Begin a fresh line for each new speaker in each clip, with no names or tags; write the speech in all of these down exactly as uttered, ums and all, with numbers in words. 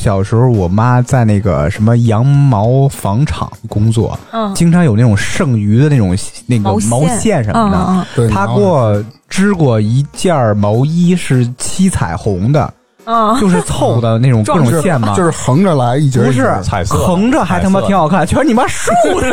小时候我妈在那个什么羊毛纺厂工作，嗯，经常有那种剩余的那种那个毛线什么的，嗯嗯、她给我织过一件毛衣是七彩虹的。啊，就是凑的那种各种线嘛，
就是横着来一节，
不是
彩色，
横着还他妈挺好看，全是你妈竖着。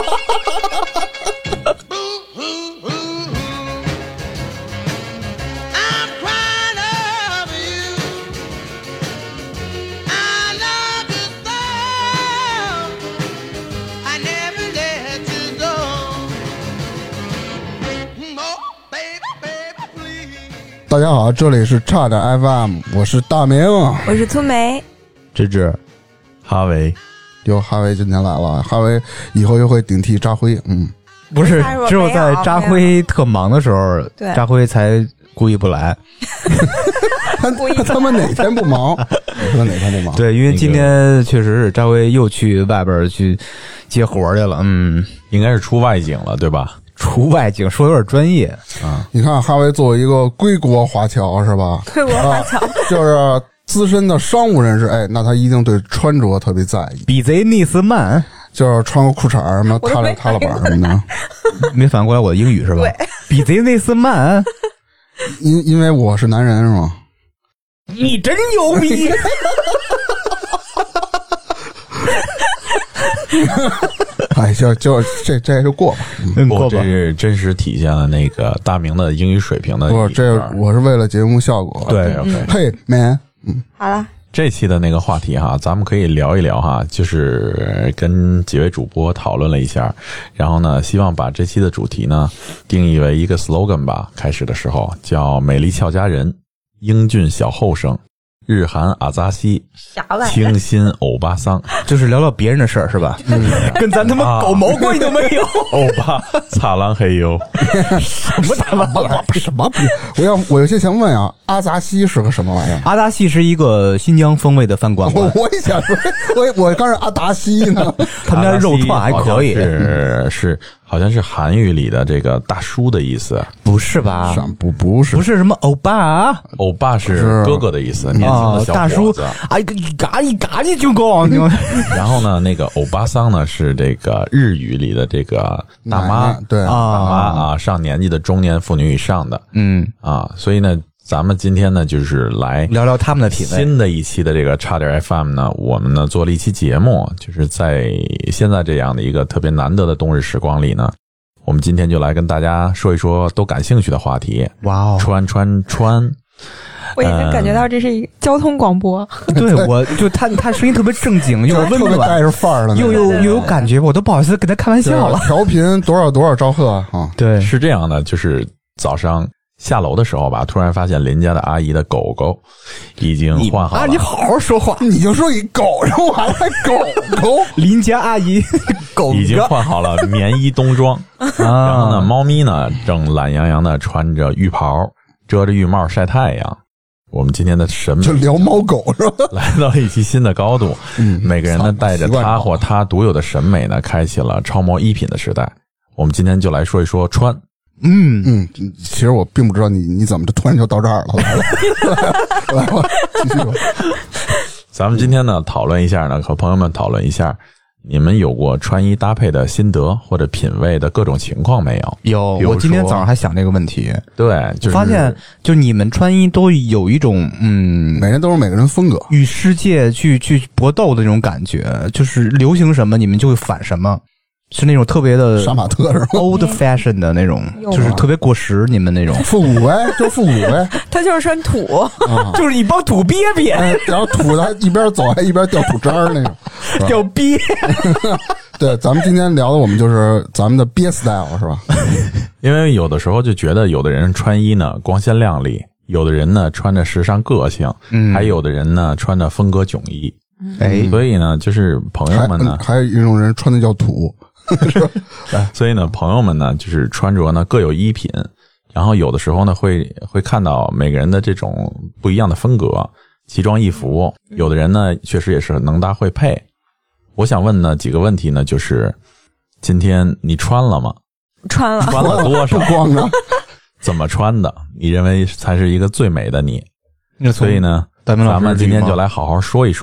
大家好，这里是差点 F M， 我是大明，
我是粗梅，
芝芝，
哈维，
哟，哈维今天来了，哈维以后又会顶替扎辉，嗯，
不是，只有在扎辉特忙的时候，扎辉才故意不来。
他他他们哪天不忙？你说哪天不忙？
对，因为今天确实是扎辉又去外边去接活去了，嗯，
应该是出外景了，对吧？
出外景说有点专业
啊！你看哈维作为一个归国华侨是吧？
归国华侨、啊、
就是资深的商务人士，哎，那他一定对穿着特别在意。
比贼尼斯曼
就是穿个裤衩什么踏了踏了板什么的，
没反应过来我的英语是吧？比贼内斯曼，
因因为我是男人是吗？
你真牛逼！
哎，就就这这就过吧，
嗯，过吧。这是真实体现了那个大明的英语水平的。
不，这我是为了节目效果。
对，
嘿 ，man， 嗯，
好了。
这期的那个话题哈，咱们可以聊一聊哈，就是跟几位主播讨论了一下，然后呢，希望把这期的主题呢定义为一个 slogan 吧。开始的时候叫美丽俏佳人，英俊小后生。日韩阿扎西，清新欧巴桑，
就是聊聊别人的事儿是吧？嗯，跟咱他妈狗毛关系都没有。
欧巴擦浪嘿呦，
什么他妈
什么？我要我有些想问啊，阿扎西是个什么玩意儿？
阿扎西是一个新疆风味的饭馆。
我我也想说，我我刚是阿达西呢，
他们家肉串还可以。
是是。好像是韩语里的这个大叔的意思，
不是吧？
不不是，
不是什么欧巴，
欧巴是哥哥的意思，年轻的小伙子。
大叔，哎，嘎一嘎一就高。
然后呢，那个欧巴桑呢是这个日语里的这个大妈，
对，
大妈啊，上年纪的中年妇女以上的，
嗯
啊，所以呢。咱们今天呢，就是来
聊聊他们的品味。
新的一期的这个差点 F M 呢，我们呢做了一期节目，就是在现在这样的一个特别难得的冬日时光里呢，我们今天就来跟大家说一说都感兴趣的话题。
哇哦，
穿穿穿！
我已经感觉到这是一个交通广播。
呃、对，我就他他声音特别正经，又温暖，
带着范儿的，
又又又有感觉，我都不好意思跟他开玩笑了。
调频多少多少兆赫啊？
对，
是这样的，就是早上。下楼的时候吧，突然发现邻家的阿姨的狗狗已经换好了。
啊，你好好说话，
你就说一狗，然后还还狗狗。
邻家阿姨狗
已经换好了棉衣冬装，然后呢，猫咪呢正懒洋洋的穿着浴袍，遮着浴帽晒太阳。我们今天的审美
就聊猫狗是吧？
来到一期新的高度，嗯，每个人呢带着他或他独有的审美呢，开启了超模衣品的时代。我们今天就来说一说穿。
嗯嗯，其实我并不知道你你怎么就突然就到这儿了，来了，来吧，继续吧。
咱们今天呢讨论一下呢，和朋友们讨论一下，你们有过穿衣搭配的心得或者品味的各种情况没有？
有，我今天早上还想这个问题。
对，就是
发现就你们穿衣都有一种嗯，
每人都是每个人风格，
与世界去去搏斗的那种感觉，就是流行什么你们就会反什么。是那种特别的
杀马特是吧
old fashion 的那种，就是特别过时，你们那种
复古呗，就复古呗。
他就是穿土，
啊、就是一帮土鳖鳖、
哎，然后土的一边走还一边掉土渣儿那种，
掉鳖。
对，咱们今天聊的我们就是咱们的鳖 style 是吧？
因为有的时候就觉得有的人穿衣呢光鲜亮丽，有的人呢穿着时尚个性，嗯，还有的人呢穿着风格迥异。哎，所以呢，就是朋友们呢，
还, 还有一种人穿的叫土。
所以呢，朋友们呢，就是穿着呢各有衣品，然后有的时候呢会会看到每个人的这种不一样的风格，奇装异服。有的人呢确实也是能搭会配。我想问呢几个问题呢，就是今天你穿了吗？
穿了，
穿了多少？
光着？
怎么穿的？你认为才是一个最美的你？所以呢，咱们今天就来好好说一说。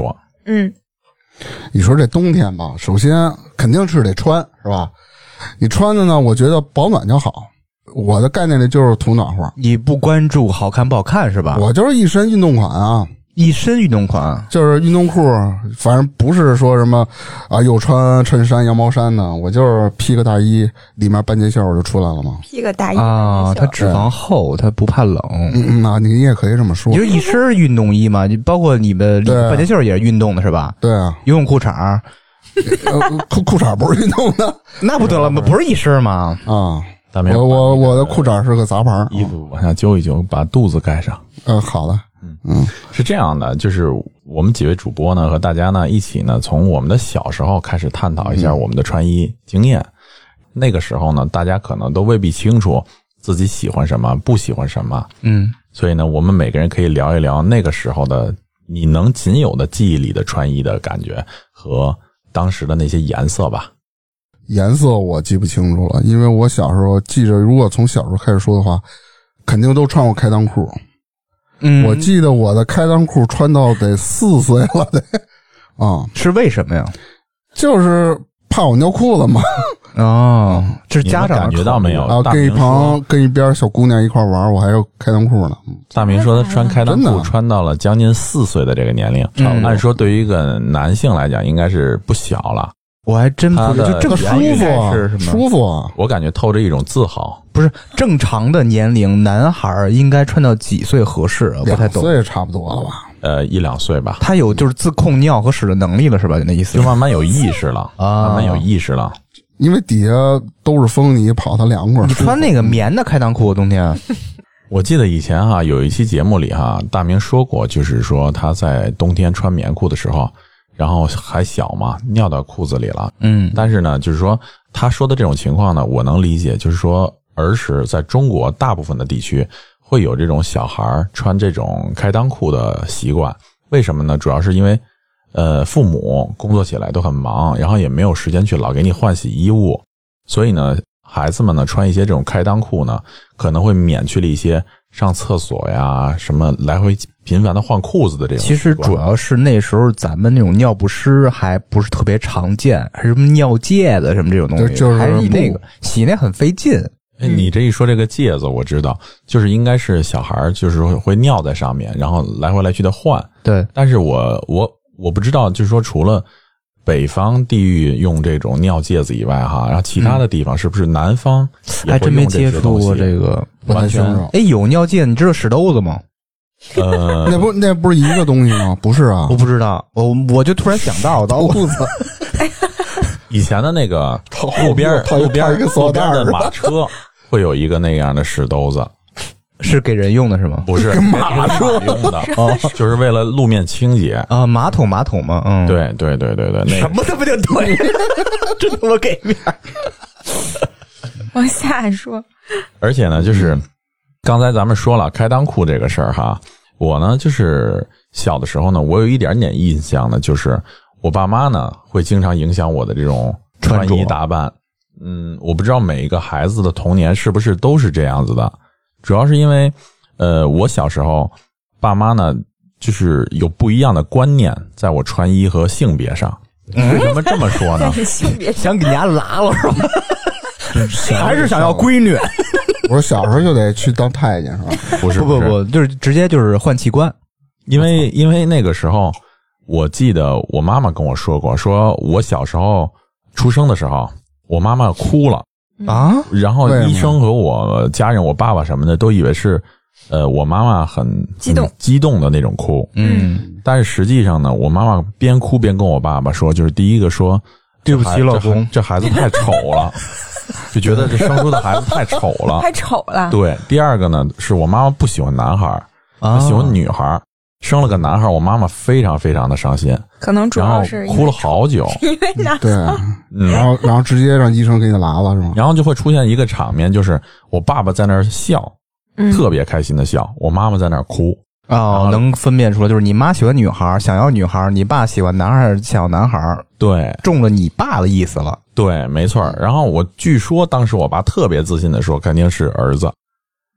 嗯，
你说这冬天吧，首先肯定是得穿，是吧？你穿的呢，我觉得保暖就好。我的概念里就是图暖和。
你不关注好看不好看是吧？
我就是一身运动款啊。
一身运动款，
就是运动裤，反正不是说什么啊，又穿衬衫、羊毛衫的，我就是披个大衣，里面半截袖就出来了嘛。
披个大衣
啊，它脂肪厚，它不怕冷。
嗯，那你也可以这么说。
你就一身运动衣嘛，你包括你的半截袖也是运动的是吧？
对啊，
游泳裤衩，
裤裤衩不是运动的，
那不得了吗？不是一身吗？
啊，我我我的裤衩是个杂牌，
衣服往下揪一揪，把肚子盖上。
呃，好的。
嗯嗯，是这样的，就是我们几位主播呢和大家呢一起呢，从我们的小时候开始探讨一下我们的穿衣经验。嗯、那个时候呢，大家可能都未必清楚自己喜欢什么，不喜欢什么。
嗯，
所以呢，我们每个人可以聊一聊那个时候的你能仅有的记忆里的穿衣的感觉和当时的那些颜色吧。
颜色我记不清楚了，因为我小时候记着，如果从小时候开始说的话，肯定都穿过开裆裤。
嗯，
我记得我的开裆裤穿到得四岁了得，啊、嗯，
是为什么呀？
就是怕我尿裤子嘛。
哦，这是家长
感觉到没有？
啊，跟一旁跟一边小姑娘一块玩，我还要开裆裤呢。
大明说他穿开裆裤穿到了将近四岁的这个年龄，
嗯、
按说对于一个男性来讲应该是不小了。
我还真不就这个
舒服啊，
是什么？
舒服啊！
我感觉透着一种自豪。
不是正常的年龄，男孩应该穿到几岁合适？我不太懂。
两岁差不多了吧？
呃，一两岁吧。
他有就是自控尿和屎的能力了，是吧？那意思
就慢慢有意识了
啊，
慢慢有意识了。
因为底下都是风，你跑它凉快。
你穿那个棉的开裆裤，冬天。
我记得以前哈、啊、有一期节目里哈、啊，大明说过，就是说他在冬天穿棉裤的时候。然后还小嘛，尿到裤子里了。
嗯，
但是呢，就是说他说的这种情况呢，我能理解，就是说儿时在中国大部分的地区会有这种小孩穿这种开裆裤的习惯。为什么呢？主要是因为呃父母工作起来都很忙，然后也没有时间去老给你换洗衣物，所以呢孩子们呢穿一些这种开裆裤呢，可能会免去了一些上厕所呀什么来回频繁的换裤子的这种。
其实主要是那时候咱们那种尿不湿还不是特别常见，还是什么尿介子什么这种东西，
就是
还是以那个洗那很费劲。
哎，你这一说这个介子，我知道，就是应该是小孩就是会尿在上面，然后来回来去的换。
对，
但是我我我不知道，就是说除了北方地域用这种尿介子以外哈，然后其他的地方是不是南方
还真没接触过这个？
完全。
哎，有尿介，你知道屎兜子吗？
呃，
那不那不是一个东西吗？不是啊，
我不知道，我我就突然想到的。
裤子，
以前的那个路边路边路边的马车会有一个那样的屎兜子，
是给人用的是吗？
不是，给马车用的，哦，就是为了路面清洁
啊，马桶马桶嘛，嗯，
对对对对对，那
什么他妈就对，真他妈给面。
往下说，
而且呢，就是刚才咱们说了开裆裤这个事儿哈，我呢就是小的时候呢，我有一点点印象呢，就是我爸妈呢会经常影响我的这种穿衣打扮。嗯，我不知道每一个孩子的童年是不是都是这样子的，主要是因为呃，我小时候爸妈呢就是有不一样的观念，在我穿衣和性别上。为什么这么说呢？
性别
想给人家拉了是吧？还是想要闺女？
我说小时候就得去当太监是吧？
不是，
不不不，就是直接就是换器官。
因为因为那个时候，我记得我妈妈跟我说过，说我小时候出生的时候，我妈妈哭了
啊，
然后医生和我家人，我爸爸什么的都以为是，呃，我妈妈很
激动
激动的那种哭。
嗯，
但是实际上呢，我妈妈边哭边跟我爸爸说，就是第一个说，
对不起老公，
这孩子太丑了。就觉得这生出的孩子太丑了，
太丑了。
对，第二个呢，是我妈妈不喜欢男孩，她喜欢女孩，生了个男孩，我妈妈非常非常的伤心，
可能主要是
哭了好久，
因为男
对，
嗯，
然后然后直接让医生给你拉了是吗？
然后就会出现一个场面，就是我爸爸在那儿笑，
嗯、
特别开心的笑，我妈妈在那儿哭。
哦，能分辨出来，就是你妈喜欢女孩，想要女孩；你爸喜欢男孩，想要男孩。
对，
中了你爸的意思了。
对，没错。然后我据说当时我爸特别自信的说，肯定是儿子。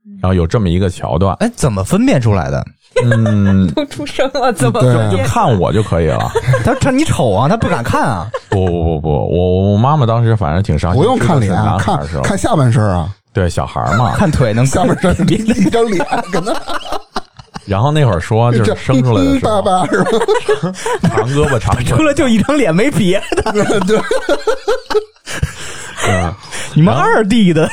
然后有这么一个桥段。
哎，怎么分辨出来的？
嗯，
都出生了，怎么分辨？
就看我就可以了。
他他你丑啊，他不敢看啊。
不不不不，我我妈妈当时反正挺伤心，
不用看脸，看看下半身啊。
对，小孩嘛，
看腿能
下半身一张脸，可能。
然后那会儿说就是生出来的时候，
爸爸是吧？
长胳膊长腿，
出来就一张脸没别的。
对，
嗯，
你们二弟的。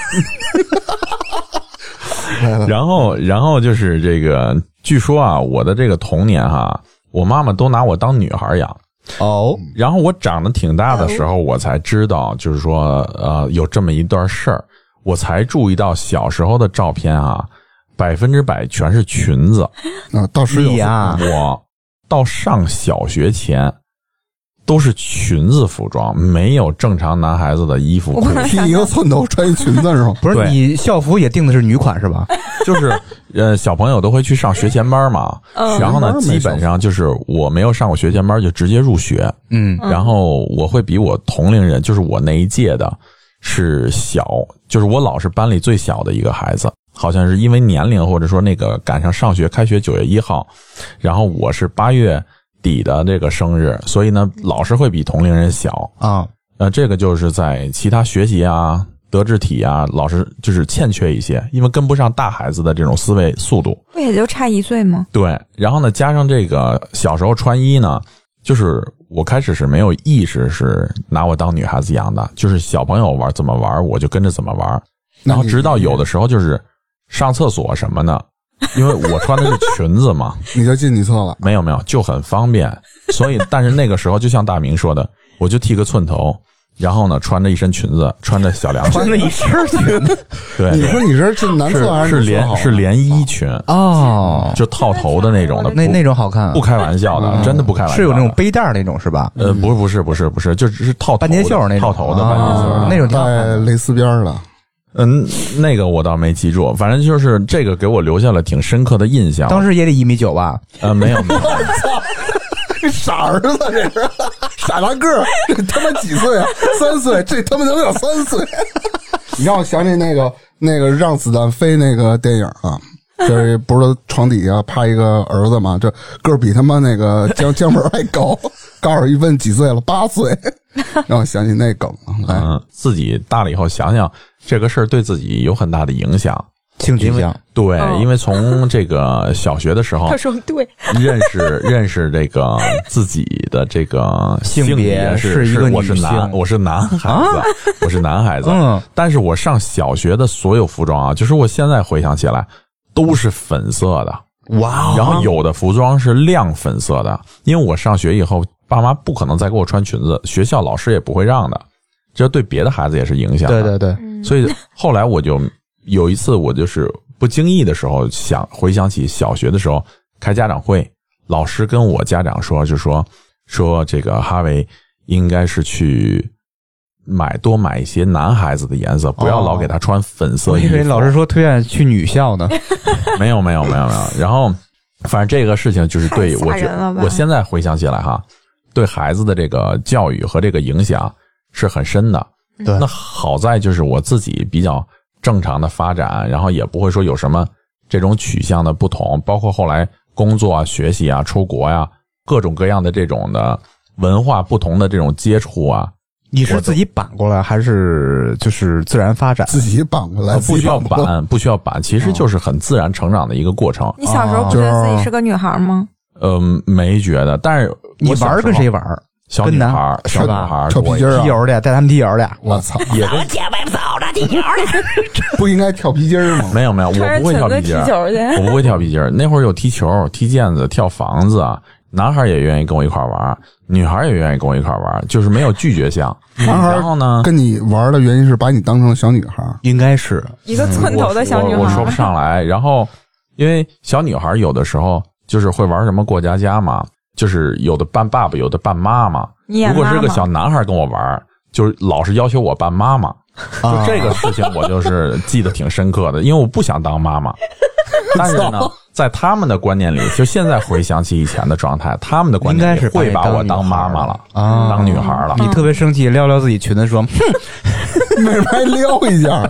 然后，然后就是这个，据说啊，我的这个童年哈，我妈妈都拿我当女孩养。
哦，
然后我长得挺大的时候，我才知道，就是说，呃，有这么一段事儿，我才注意到小时候的照片啊。百分之百全是裙子
啊！到时有
啊，
我到上小学前都是裙子服装，没有正常男孩子的衣服。
剃一个寸头，穿一裙子是吗？
不是，你校服也定的是女款是吧？
就是呃，小朋友都会去上学前班嘛，嗯、然后呢，基本上就是我没有上过学前班就直接入学，
嗯，
然后我会比我同龄人，就是我那一届的是小，就是我老是班里最小的一个孩子。好像是因为年龄或者说那个赶上上学开学九月一号，然后我是八月底的这个生日，所以呢老是会比同龄人小
啊。
呃，这个就是在其他学习啊、德智体啊，老是就是欠缺一些，因为跟不上大孩子的这种思维速度。
不也就差一岁吗？
对，然后呢加上这个小时候穿衣呢，就是我开始是没有意识是拿我当女孩子养的，就是小朋友玩怎么玩我就跟着怎么玩，然后直到有的时候就是上厕所什么的，因为我穿的是裙子嘛，
你就进女厕了？
没有没有，就很方便。所以，但是那个时候就像大明说的，我就剃个寸头，然后呢，穿着一身裙子，穿着小凉鞋，
穿着一身裙子。
对，
你说你是进男厕还
是连是连衣裙
哦，
就套头的那种的，
那那种好看，
不开玩笑的，真的不开玩笑。
是有那种背带那种是吧？
呃，不是不是不是不是，就只是套
半截袖那种
套头的半截袖
那种
带蕾丝边的。
嗯，那个我倒没记住，反正就是这个给我留下了挺深刻的印象。
当时也得一米九吧？
呃，没有没有。
我操，这傻儿子这是傻大个儿，这他妈几岁啊？三岁，这他妈能有三岁？你让我想起那个那个让子弹飞那个电影啊，就是不是床底下趴一个儿子嘛，这个儿比他妈那个江江门还高。告诉一问几岁了？八岁。让我想起那梗了。
嗯，自己大了以后想想。这个事儿对自己有很大的影响，
性取向
对，哦、因为从这个小学的时候，
他说对，
认识认识这个自己的这个
性
别
是一个女性，
我是男，我是男孩子，啊、我是男孩子。嗯，但是我上小学的所有服装啊，就是我现在回想起来都是粉色的，
哇！
然后有的服装是亮粉色的，因为我上学以后，爸妈不可能再给我穿裙子，学校老师也不会让的。这对别的孩子也是影响的，
对对对，
所以后来我就有一次，我就是不经意的时候想回想起小学的时候开家长会，老师跟我家长说，就说说这个哈维应该是去买多买一些男孩子的颜色，不要老给他穿粉色衣服。
我以为老师说推荐去女校呢，
没有没有没有没有。然后反正这个事情就是对我觉我现在回想起来哈，对孩子的这个教育和这个影响是很深的。
对，
那好在就是我自己比较正常的发展，然后也不会说有什么这种取向的不同，包括后来工作啊、学习啊、出国呀、啊，各种各样的这种的文化不同的这种接触啊。
你是自己扳过来，还是就是自然发展？
自己扳过来，
不需要扳，不需要扳，其实就是很自然成长的一个过程。
你小时候不觉得自己是个女孩吗？
嗯，没觉得，但是
你玩跟谁玩？
小女孩，小女孩，
跳皮筋儿，
踢球的，带他们踢球的。
我操！
也
跟姐妹走着踢球的，
不应该跳皮筋儿吗？
没有没有，我不会跳皮筋儿，我不会跳皮筋儿。那会儿有踢球、踢毽子、跳房子啊，男孩也愿意跟我一块玩，女孩也愿意跟我一块玩，就是没有拒绝项。
男孩
然后呢，
跟你玩的原因是把你当成小女孩，
应该是
一个寸头的小女孩。
我, 我, 我说不上来。然后，因为小女孩有的时候就是会玩什么过家家嘛。就是有的扮爸爸，有的扮妈妈。如果是个小男孩跟我玩，就是老是要求我扮妈妈。就这个事情，我就是记得挺深刻的，因为我不想当妈妈。但是呢，在他们的观念里，就现在回想起以前的状态，他们的观念里会把我当妈妈了，
啊，
当女孩了。
你特别生气，撩撩自己裙子说：“哼，
为什么还撩一下？”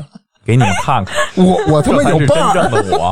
给你们看看，
我我他妈有伴，
这才是真正的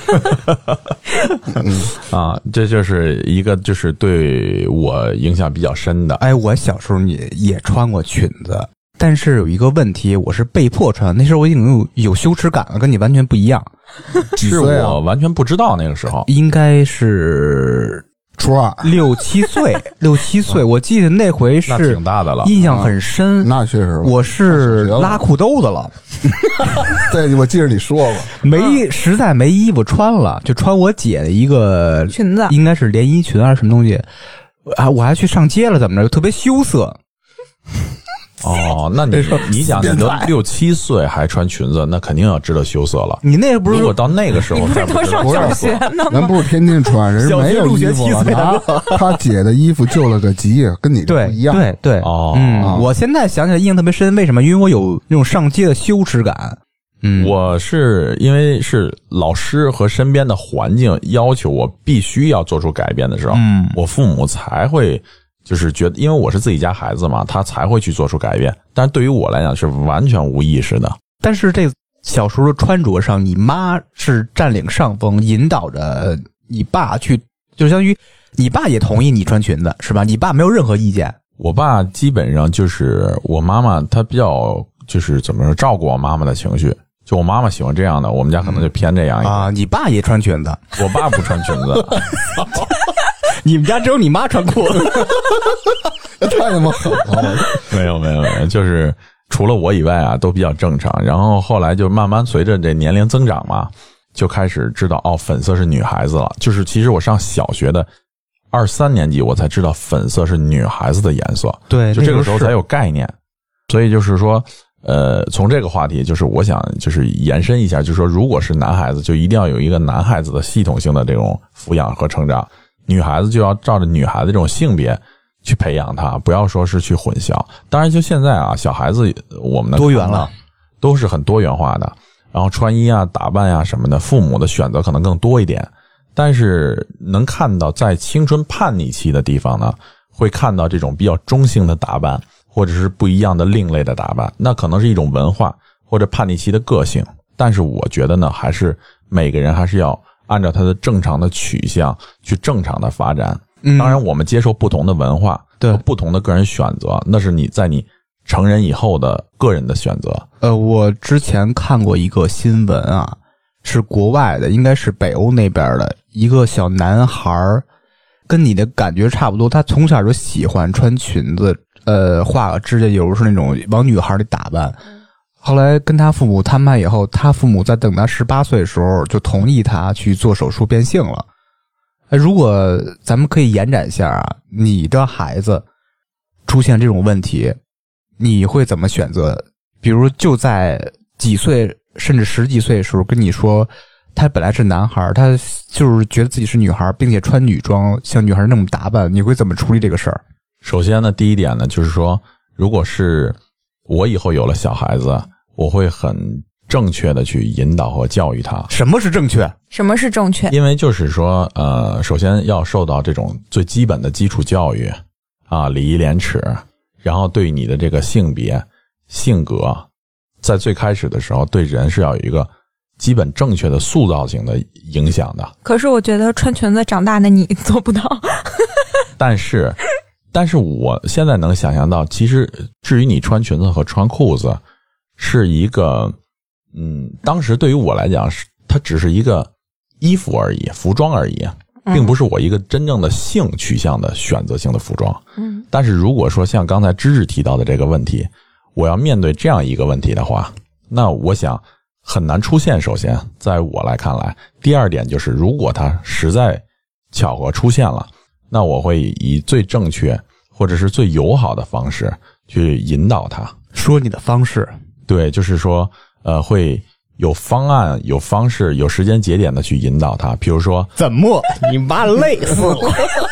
我。啊，这就是一个就是对我影响比较深的。
哎，我小时候也也穿过裙子，但是有一个问题，我是被迫穿。那时候我已经有有羞耻感了，跟你完全不一样。
是我完全不知道那个时候，
应该是
初二
六七岁，六七岁，我记得那回是
那挺大的了，
印象很深。
嗯、那确实，
我是拉裤兜子了。
对，我记得你说过，
没实在没衣服穿了，就穿我姐的一个
裙子，
应该是连衣裙还是什么东西啊？我还去上街了，怎么着？特别羞涩。
哦，那你你想，你都六七岁还穿裙子，那肯定要知道羞涩了。
你那个不是？
如果到那个时候才
不是上小学呢吗？
咱不是天天穿，人没有衣服了，拿他姐的衣服救了个急，跟你不一样。
对对
哦，
嗯，我现在想起来印象特别深，为什么？因为我有那种上街的羞耻感。嗯，
我是因为是老师和身边的环境要求我必须要做出改变的时候，
嗯，
我父母才会。就是觉得，因为我是自己家孩子嘛，他才会去做出改变。但是对于我来讲是完全无意识的。
但是这小时候的穿着上，你妈是占领上风，引导着你爸去，就相当于你爸也同意你穿裙子，是吧？你爸没有任何意见。
我爸基本上就是我妈妈，她比较就是怎么说，照顾我妈妈的情绪。就我妈妈喜欢这样的，我们家可能就偏这样一个、
嗯、啊。你爸也穿裙子，
我爸不穿裙子。
你们家只有你妈穿裤子，
太他妈狠了！
没有没有没有，就是除了我以外啊，都比较正常。然后后来就慢慢随着这年龄增长嘛，就开始知道哦，粉色是女孩子了。就是其实我上小学的二三年级，我才知道粉色是女孩子的颜色。
对，
就这个时候才有概念。所以就是说，呃，从这个话题，就是我想就是延伸一下，就是说，如果是男孩子，就一定要有一个男孩子的系统性的这种抚养和成长。女孩子就要照着女孩子这种性别去培养她，不要说是去混淆。当然，就现在啊，小孩子我们的
多元了，
都是很多元化的。然后穿衣啊、打扮啊什么的，父母的选择可能更多一点。但是能看到在青春叛逆期的地方呢，会看到这种比较中性的打扮，或者是不一样的另类的打扮，那可能是一种文化或者叛逆期的个性。但是我觉得呢，还是每个人还是要按照他的正常的取向去正常的发展。
嗯，
当然我们接受不同的文化，
对
不同的个人选择，那是你在你成人以后的个人的选择。
呃，我之前看过一个新闻啊，是国外的，应该是北欧那边的一个小男孩，跟你的感觉差不多，他从小就喜欢穿裙子，呃，画个指甲油是那种往女孩里打扮。后来跟他父母谈判以后，他父母在等他十八岁的时候就同意他去做手术变性了。如果咱们可以延展一下啊，你的孩子出现这种问题，你会怎么选择？比如就在几岁甚至十几岁的时候跟你说，他本来是男孩，他就是觉得自己是女孩，并且穿女装像女孩那么打扮，你会怎么处理这个事儿？
首先呢，第一点呢，就是说，如果是我以后有了小孩子，我会很正确的去引导和教育他。
什么是正确？
什么是正确？
因为就是说，呃，首先要受到这种最基本的基础教育啊，礼义廉耻，然后对你的这个性别、性格，在最开始的时候，对人是要有一个基本正确的塑造性的影响的。
可是我觉得穿裙子长大的你做不到。
但是，但是我现在能想象到，其实至于你穿裙子和穿裤子，是一个，嗯，当时对于我来讲，是它只是一个衣服而已，服装而已，并不是我一个真正的性取向的选择性的服装。
嗯，
但是如果说像刚才芝芝提到的这个问题，我要面对这样一个问题的话，那我想很难出现。首先，在我来看来，第二点就是，如果它实在巧合出现了，那我会以最正确或者是最友好的方式去引导他。
说你的方式。
对，就是说，呃，会有方案、有方式、有时间节点的去引导他。比如说，
怎么？你妈累死了！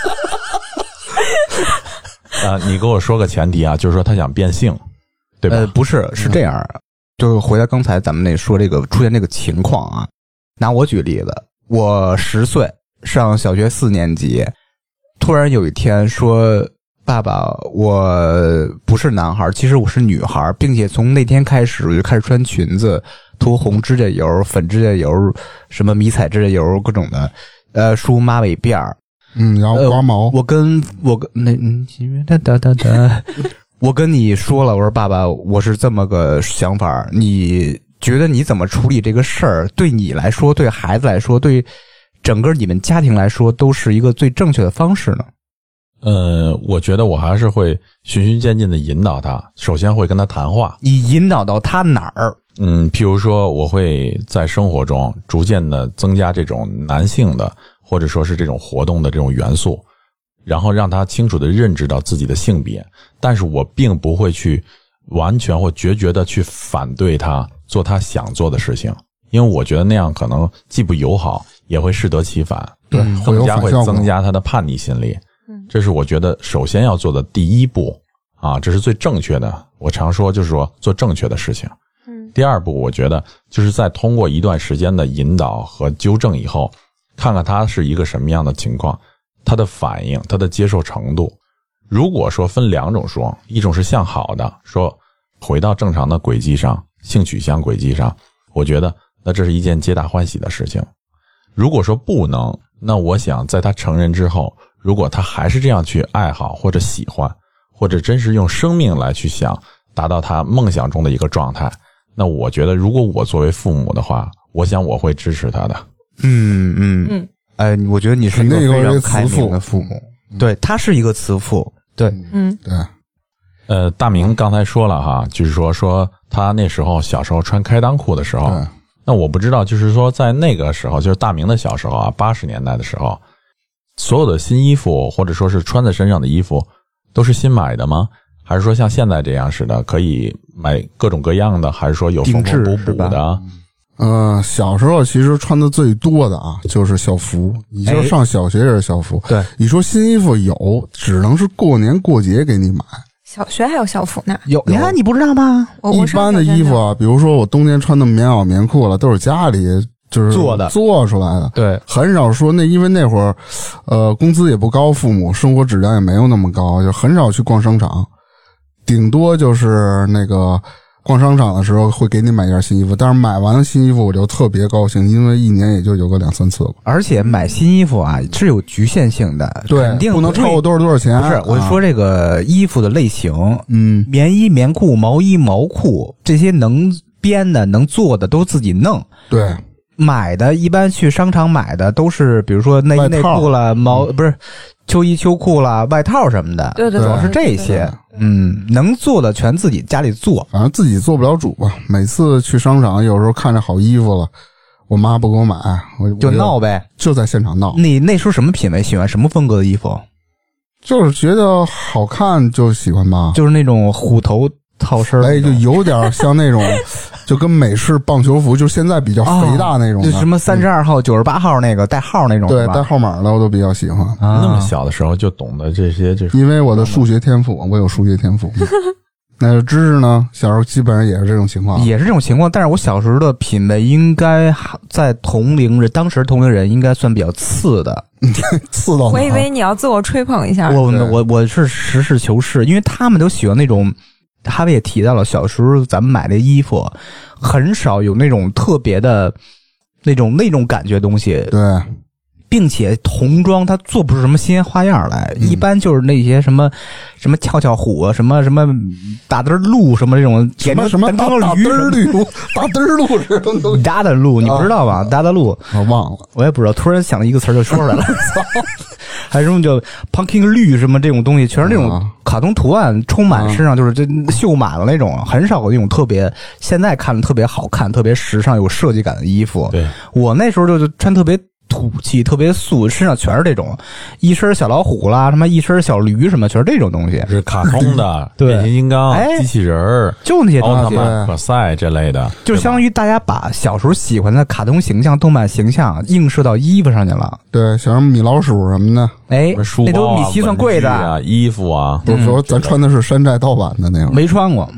呃，你给我说个前提啊，就是说他想变性，对吧？
呃，不是，是这样，就回到刚才咱们那说这个出现这个情况啊。拿我举例子，我十岁上小学四年级，突然有一天说， 爸爸，我不是男孩，其实我是女孩，并且从那天开始我就开始穿裙子，涂红指甲油、粉指甲油、什么迷彩指甲油各种的，呃，梳马尾辫儿，
嗯，然后刮毛。
呃、我跟我跟那嗯，哒哒哒哒，我跟你说了，我说爸爸，我是这么个想法，你觉得你怎么处理这个事儿？对你来说，对孩子来说，对整个你们家庭来说，都是一个最正确的方式呢？
呃，我觉得我还是会循序渐进的引导他，首先会跟他谈话。
你引导到他哪儿？
嗯，譬如说我会在生活中逐渐的增加这种男性的或者说是这种活动的这种元素，然后让他清楚的认知到自己的性别，但是我并不会去完全或决绝的去反对他做他想做的事情，因为我觉得那样可能既不友好，也会适得其反，
对，
更加会增加他的叛逆心理。这是我觉得首先要做的第一步啊，这是最正确的。我常说就是说做正确的事情。嗯，第二步我觉得就是在通过一段时间的引导和纠正以后，看看他是一个什么样的情况，他的反应，他的接受程度。如果说分两种说，一种是向好的，说回到正常的轨迹上，性取向轨迹上，我觉得那这是一件皆大欢喜的事情。如果说不能，那我想在他成人之后，如果他还是这样去爱好或者喜欢，或者真是用生命来去想达到他梦想中的一个状态，那我觉得如果我作为父母的话，我想我会支持他的。
嗯嗯嗯，哎，我觉得你是一个非常开明的父母。对，他是一个慈父。对，
嗯，
对。
呃，大明刚才说了哈，就是说说他那时候小时候穿开裆裤的时候，那我不知道，就是说在那个时候，就是大明的小时候啊，八十年代的时候，所有的新衣服或者说是穿在身上的衣服都是新买的吗？还是说像现在这样似的可以买各种各样的，还是说有缝缝补补的？
嗯、呃，小时候其实穿的最多的啊就是校服，你就上小学也是校服。
对，
你说新衣服有，只能是过年过节给你买。
小学还有校服呢？
有，你看你不知道吗？
一般的衣服啊，比如说我冬天穿的棉袄棉裤了，都是家里就是
做的
做出来的。
对，
很少说那因为那会儿，呃，工资也不高，父母生活质量也没有那么高，就很少去逛商场，顶多就是那个逛商场的时候会给你买件新衣服，但是买完了新衣服我就特别高兴，因为一年也就有个两三次吧。
而且买新衣服啊是有局限性的，
对，
肯定
不能超过多少多少钱。
不是，我说这个衣服的类型，
嗯，
棉衣、棉裤、毛衣、毛裤这些能编的、能做的都自己弄。
对。
买的一般去商场买的都是比如说内衣内裤啦，毛不是秋衣秋裤啦，外套什么的，
对对对，
主要是这些。嗯，能做的全自己家里做，
反正自己做不了主吧。每次去商场，有时候看着好衣服了，我妈不给我买，我
就闹呗，
就在现场闹。
你那时候什么品味？喜欢什么风格的衣服？
就是觉得好看就喜欢吧，
就是那种虎头套身，
哎，就有点像那种。就跟美式棒球服，就现在比较肥大那种的，
就什么三十二号、九十八号那个带号那种，
对，带号码的我都比较喜欢。
啊、那么小的时候就懂得这些，这
因为我的数学天赋，我有数学天赋。那知识呢？小时候基本上也是这种情况，
也是这种情况。但是我小时候的品味应该在同龄人，当时同龄人应该算比较次的，
次到。
我以为你要自我吹捧一下。
我我我是实事求是，因为他们都喜欢那种。哈维也提到了，小时候咱们买的衣服很少有那种特别的那种那种感觉东西，
对，
并且童装它做不出什么新鲜花样来，嗯、一般就是那些什么什么翘翘虎啊，什么什么打嘚鹿什么这种，
什么什么打打嘚鹿，打嘚鹿是什么东西？
打嘚鹿，你不知道吧？打嘚鹿，
我忘了，
我也不知道，突然想了一个词儿就说出来了。还有什么叫 pumpkin 绿什么这种东西，全是那种卡通图案充满身上，就是这绣满了那种，很少有那种特别现在看特别好看、特别时尚、有设计感的衣服。
对，
我那时候就穿特别土气、特别素，身上全是这种，一身小老虎啦，什么一身小驴什么，全是这种东西。
是卡通的，
对，
变形金刚、哎、机器人儿，
就那些东西，
奥特曼、可赛这类的，
就相当于大家把小时候喜欢的卡通形象、动漫形象映射到衣服上去了。
对，像什么米老鼠什么的，
哎，
书包啊、
那都米奇算贵的
啊，衣服啊，
不是说咱穿的是山寨盗版的那种，
没穿过。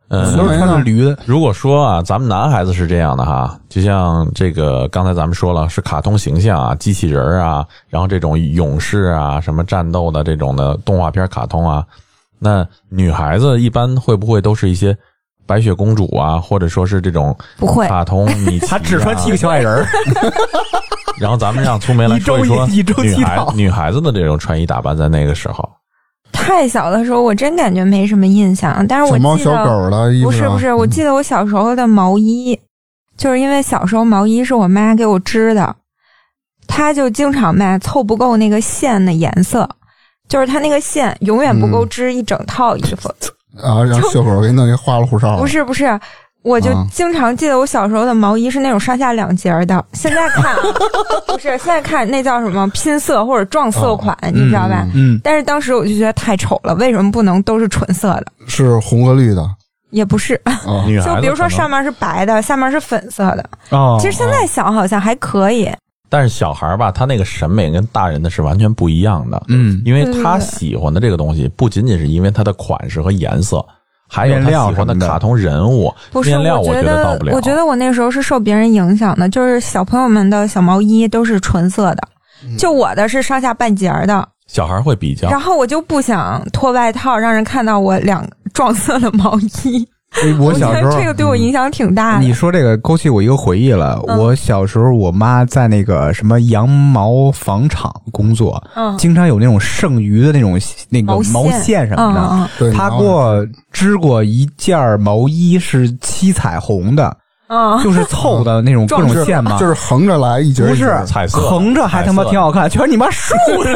嗯，
都是穿的驴的。
如果说啊，咱们男孩子是这样的哈，就像这个刚才咱们说了，是卡通形象啊，机器人啊，然后这种勇士啊，什么战斗的这种的动画片卡通啊，那女孩子一般会不会都是一些白雪公主啊，或者说是这种
不会
卡通米奇、啊，
他只穿七个小矮人。
然后咱们让粗梅来说一说
一周
女孩女孩子的这种穿衣打扮在那个时候。
太小的时候我真感觉没什么印象，但是我记得
小猫小狗的衣服、啊、
不是不是，我记得我小时候的毛衣、嗯、就是因为小时候毛衣是我妈给我织的，她就经常卖凑不够那个线的颜色，就是她那个线永远不够织一整套衣服、
嗯、啊，让小狗给弄一花里胡哨。
不是不是，我就经常记得我小时候的毛衣是那种上下两截的，现在看啊，不是现在看那叫什么拼色或者撞色款、哦、你知道吧？
嗯，
但是当时我就觉得太丑了，为什么不能都是纯色的？
是红和绿的？
也不是，
哦、
就比如说上面是白的，下面是粉色的。
哦，
其实现在想好像还可以。
但是小孩吧，他那个审美跟大人的是完全不一样的。
嗯，
因为他喜欢的这个东西，不仅仅是因为它的款式和颜色。还有他喜欢的卡通人物，面料我觉得到不了。
我觉得我那时候是受别人影响的，就是小朋友们的小毛衣都是纯色的，嗯、就我的是上下半截的。
小孩会比较，
然后我就不想脱外套，让人看到我两撞色的毛衣。
我小时候
这个对我影响挺大的。
你说这个勾起我一个回忆了，嗯、我小时候我妈在那个什么羊毛纺厂工作，嗯，经常有那种剩余的那种那个毛线什么的，
嗯
嗯、
她给我织过一件毛衣是七彩虹的。
啊、
嗯，就是凑的那种各种线嘛，
就是横着来一截一截，
不是
彩色，
横着还他妈挺好看，全是你妈竖着，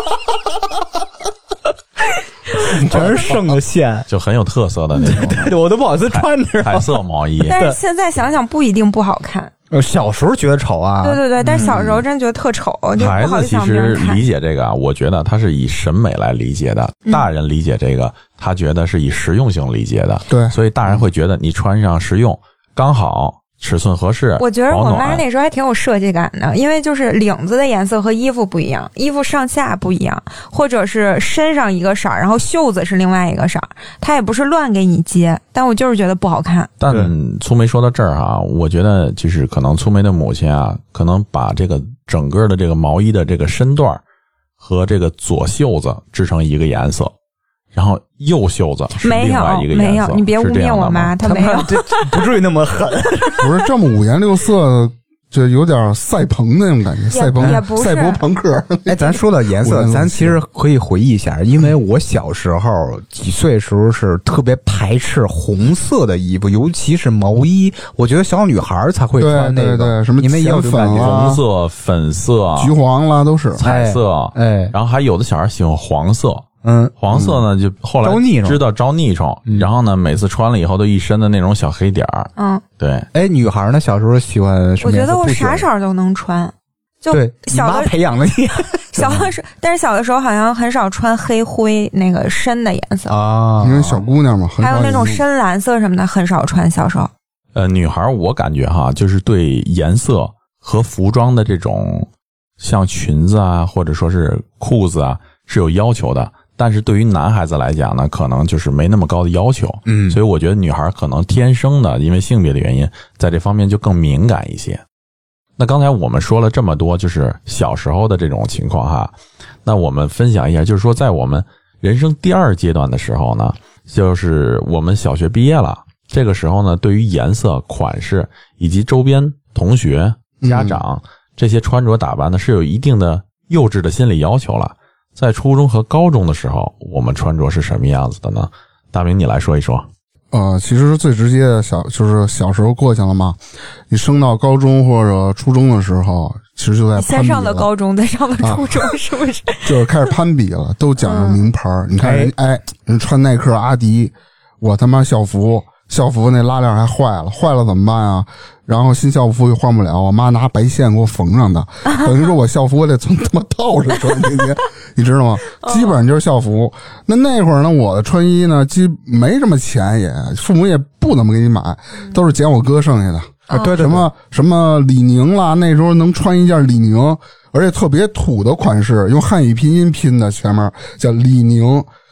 全是剩的线，
就很有特色的那种。
对对，我都不好意思穿着
彩色毛衣。
但是现在想想不一定不好看。
呃，小时候觉得丑啊，
对对对，但是小时候真觉得特丑。嗯、就不好意思
孩子其实理解这个啊，我觉得他是以审美来理解的，
嗯、
大人理解这个，他觉得是以实用性理解的。
对，
所以大人会觉得你穿上实用。刚好尺寸合适，
我觉得我妈那时候还挺有设计感的，因为就是领子的颜色和衣服不一样，衣服上下不一样，或者是身上一个色儿，然后袖子是另外一个色儿，她也不是乱给你接，但我就是觉得不好看。
但粗梅说到这儿啊，我觉得就是可能粗梅的母亲啊，可能把这个整个的这个毛衣的这个身段和这个左袖子织成一个颜色。然后右袖子是另外一个颜色，
没有，没有，你别污蔑我妈，她没有，
不至于那么狠。
不是这么五颜六色，就有点赛鹏那种感觉，赛鹏赛博朋克。
哎，咱说到颜色，咱其实可以回忆一下，因为我小时候几岁时候是特别排斥红色的衣服，尤其是毛衣。我觉得小女孩才会穿那个，
对对对，什么
你们也有这种感觉，
红色、粉色、
橘黄啦，都是
彩色。
哎，
然后还有的小孩喜欢黄色。
嗯，
黄色呢，就后来知道招腻虫，嗯、然后呢，每次穿了以后都一身的那种小黑点儿。
嗯，
对。
哎，女孩呢，小时候喜欢什么颜色？
我觉得我啥色都能穿，就
对，小的你妈培养的你。
小的时候，但是小的时候好像很少穿黑灰那个深的颜色
啊，因为小姑娘嘛，很
还有那种深蓝色什么的，很少穿。小时候，
呃，女孩我感觉哈，就是对颜色和服装的这种，像裙子啊，或者说是裤子啊，是有要求的。但是对于男孩子来讲呢，可能就是没那么高的要求，
嗯，
所以我觉得女孩可能天生的，因为性别的原因，在这方面就更敏感一些。那刚才我们说了这么多，就是小时候的这种情况哈，那我们分享一下，就是说在我们人生第二阶段的时候呢，就是我们小学毕业了，这个时候呢，对于颜色、款式以及周边同学、家长、嗯、这些穿着打扮呢，是有一定的幼稚的心理要求了。在初中和高中的时候，我们穿着是什么样子的呢？大明，你来说一说。
呃，其实最直接的小就是小时候过去了嘛，你升到高中或者初中的时候，其实就在攀比了。
先上了高中，再上了初中，啊、是不是？
就是开始攀比了，都讲究名牌。嗯、你看人，哎，人穿耐克、阿迪，我他妈校服，校服那拉链还坏了，坏了怎么办啊？然后新校服又换不了，我妈拿白线给我缝上的，等于说我校服我得从他妈套着穿进去，你知道吗？基本上就是校服。那那会儿呢，我的穿衣呢，基没什么钱，也父母也不怎么给你买，都是捡我哥剩下的。
啊，对对，
什么什么李宁啦，那时候能穿一件李宁，而且特别土的款式，用汉语拼音拼的，前面叫李宁。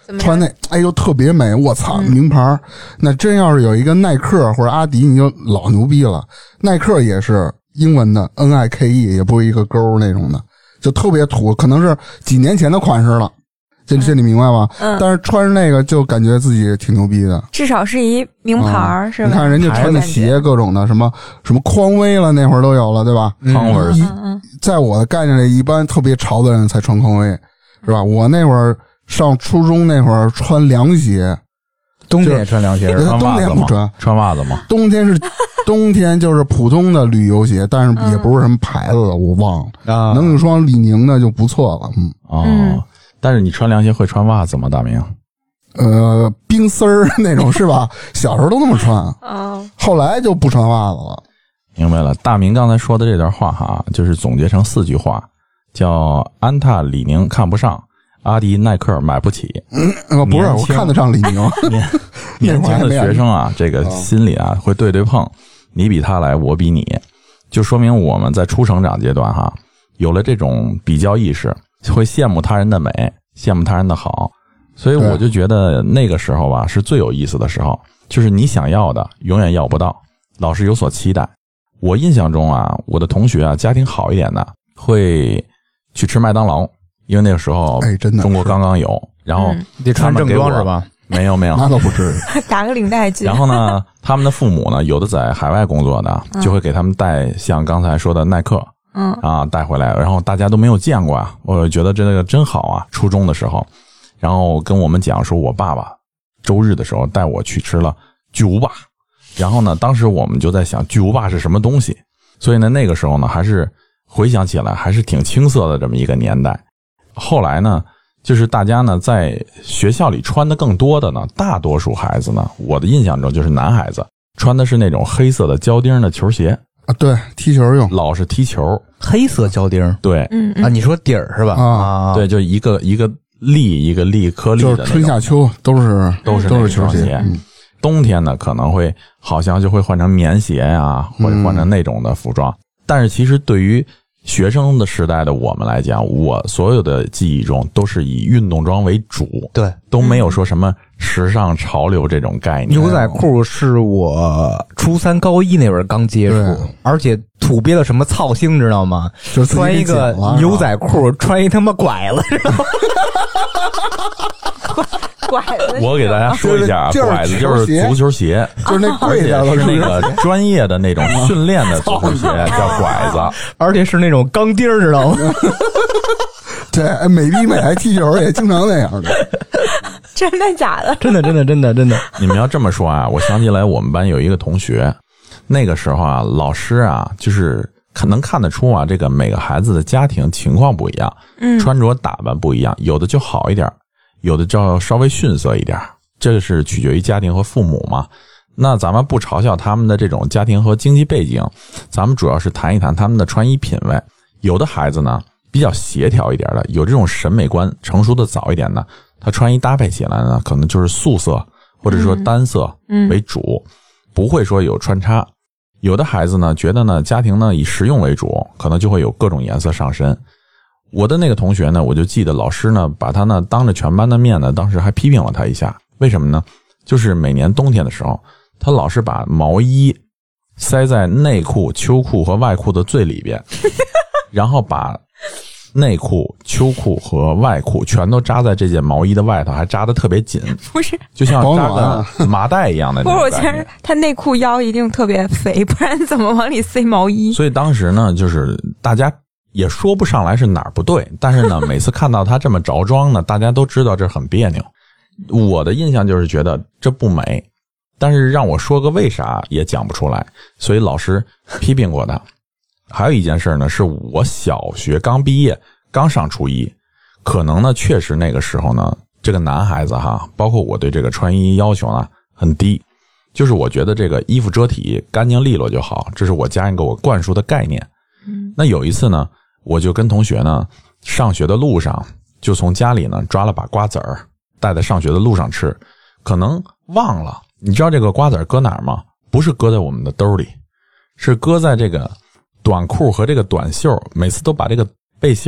穿那哎呦特别美，我操，嗯、名牌。那真要是有一个耐克或者阿迪，你就老牛逼了。耐克也是英文的 N I K E， 也不是一个勾那种的，就特别土，可能是几年前的款式了。这这你明白吗？嗯。但是穿着那个就感觉自己挺牛逼的，
至少是一名牌、嗯、是吧？
你看人家穿的鞋，各种的什么什么匡威了，那会儿都有了，对吧？
匡威、
嗯嗯，在我的概念里，一般特别潮的人才穿匡威，是吧？我那会儿上初中那会儿穿凉鞋，
冬天也穿凉鞋，
冬天不穿，
穿袜子吗？
冬天是冬天就是普通的旅游鞋，但是也不是什么牌子的，我忘了啊。能有双李宁的就不错了，嗯
哦。嗯，但是你穿凉鞋会穿袜子吗，大明？
呃，冰丝儿那种是吧？小时候都那么穿，哦，后来就不穿袜子了。
明白了，大明刚才说的这段话哈，就是总结成四句话，叫安踏、李宁看不上，阿迪、耐克买不起。
嗯，不是，我看得上李宁。
年, 年轻的学生啊，这个心里啊会对对碰，你比他来，我比你，就说明我们在初成长阶段哈，有了这种比较意识。会羡慕他人的美，羡慕他人的好，所以我就觉得那个时候吧是最有意思的时候，就是你想要的永远要不到，老是有所期待。我印象中啊，我的同学啊，家庭好一点的会去吃麦当劳，因为那个时候
哎，真的
中国刚刚有，然后
得穿正装是吧？
没有没有，
那都不至于，
打个领带去。
然后呢，他们的父母呢，有的在海外工作的，就会给他们带像刚才说的耐克。嗯啊，带回来，然后大家都没有见过啊，我觉得这个真好啊。初中的时候，然后跟我们讲说，我爸爸周日的时候带我去吃了巨无霸，然后呢，当时我们就在想巨无霸是什么东西，所以呢，那个时候呢，还是回想起来还是挺青涩的这么一个年代。后来呢，就是大家呢在学校里穿的更多的呢，大多数孩子呢，我的印象中就是男孩子穿的是那种黑色的胶钉的球鞋。
啊，对，踢球用，
老是踢球，
黑色胶钉，
对，
嗯
啊，你说底儿是吧？
啊，
对，就一个一个粒一个粒颗粒的，
就是春夏秋都是
都是
都是球
鞋。嗯、冬天呢，可能会好像就会换成棉鞋呀，或者换成那种的服装。嗯、但是其实对于学生的时代的我们来讲，我所有的记忆中都是以运动装为主，
对，
都没有说什么时尚潮流这种概念。
牛仔裤是我初三高一那会儿刚接触，而且土鳖的什么操星知道吗？
就
穿一个牛仔裤，穿一他妈拐子，知道吗？
拐子，
我给大家说一下，
就是、
拐子就是足球鞋，
就是那贵的，
是那个专业的那种训练的足球鞋，叫拐子，
而且是那种钢钉，知道吗？
对，美逼美还踢球也经常那样的。
真的假的？
真的真的真的真的。
你们要这么说啊，我想起来我们班有一个同学，那个时候啊，老师啊，就是可能看得出啊，这个每个孩子的家庭情况不一样，嗯，穿着打扮不一样，有的就好一点，有的就要稍微逊色一点，这个是取决于家庭和父母嘛。那咱们不嘲笑他们的这种家庭和经济背景，咱们主要是谈一谈他们的穿衣品味。有的孩子呢比较协调一点的，有这种审美观成熟的早一点的，他穿衣搭配起来呢，可能就是素色或者说单色为主，嗯、不会说有穿插。有的孩子呢觉得呢家庭呢以实用为主，可能就会有各种颜色上身。我的那个同学呢，我就记得老师呢把他呢当着全班的面呢，当时还批评了他一下。为什么呢？就是每年冬天的时候，他老是把毛衣塞在内裤、秋裤和外裤的最里边，然后把内裤、秋裤和外裤全都扎在这件毛衣的外头，还扎得特别紧，
不是，
就像扎个麻袋一样的那种感觉。
不是，我觉得他内裤腰一定特别肥，不然怎么往里塞毛衣？
所以当时呢，就是大家也说不上来是哪儿不对，但是呢，每次看到他这么着装呢，大家都知道这很别扭。我的印象就是觉得这不美，但是让我说个为啥也讲不出来，所以老师批评过他。还有一件事呢，是我小学刚毕业，刚上初一，可能呢确实那个时候呢，这个男孩子哈，包括我对这个穿衣要求呢很低，就是我觉得这个衣服遮体干净利落就好，这是我家人给我灌输的概念。嗯，那有一次呢，我就跟同学呢上学的路上，就从家里呢抓了把瓜子儿带在上学的路上吃，可能忘了。你知道这个瓜子儿搁哪儿吗？不是搁在我们的兜里，是搁在这个短裤和这个短袖，每次都把这个背心儿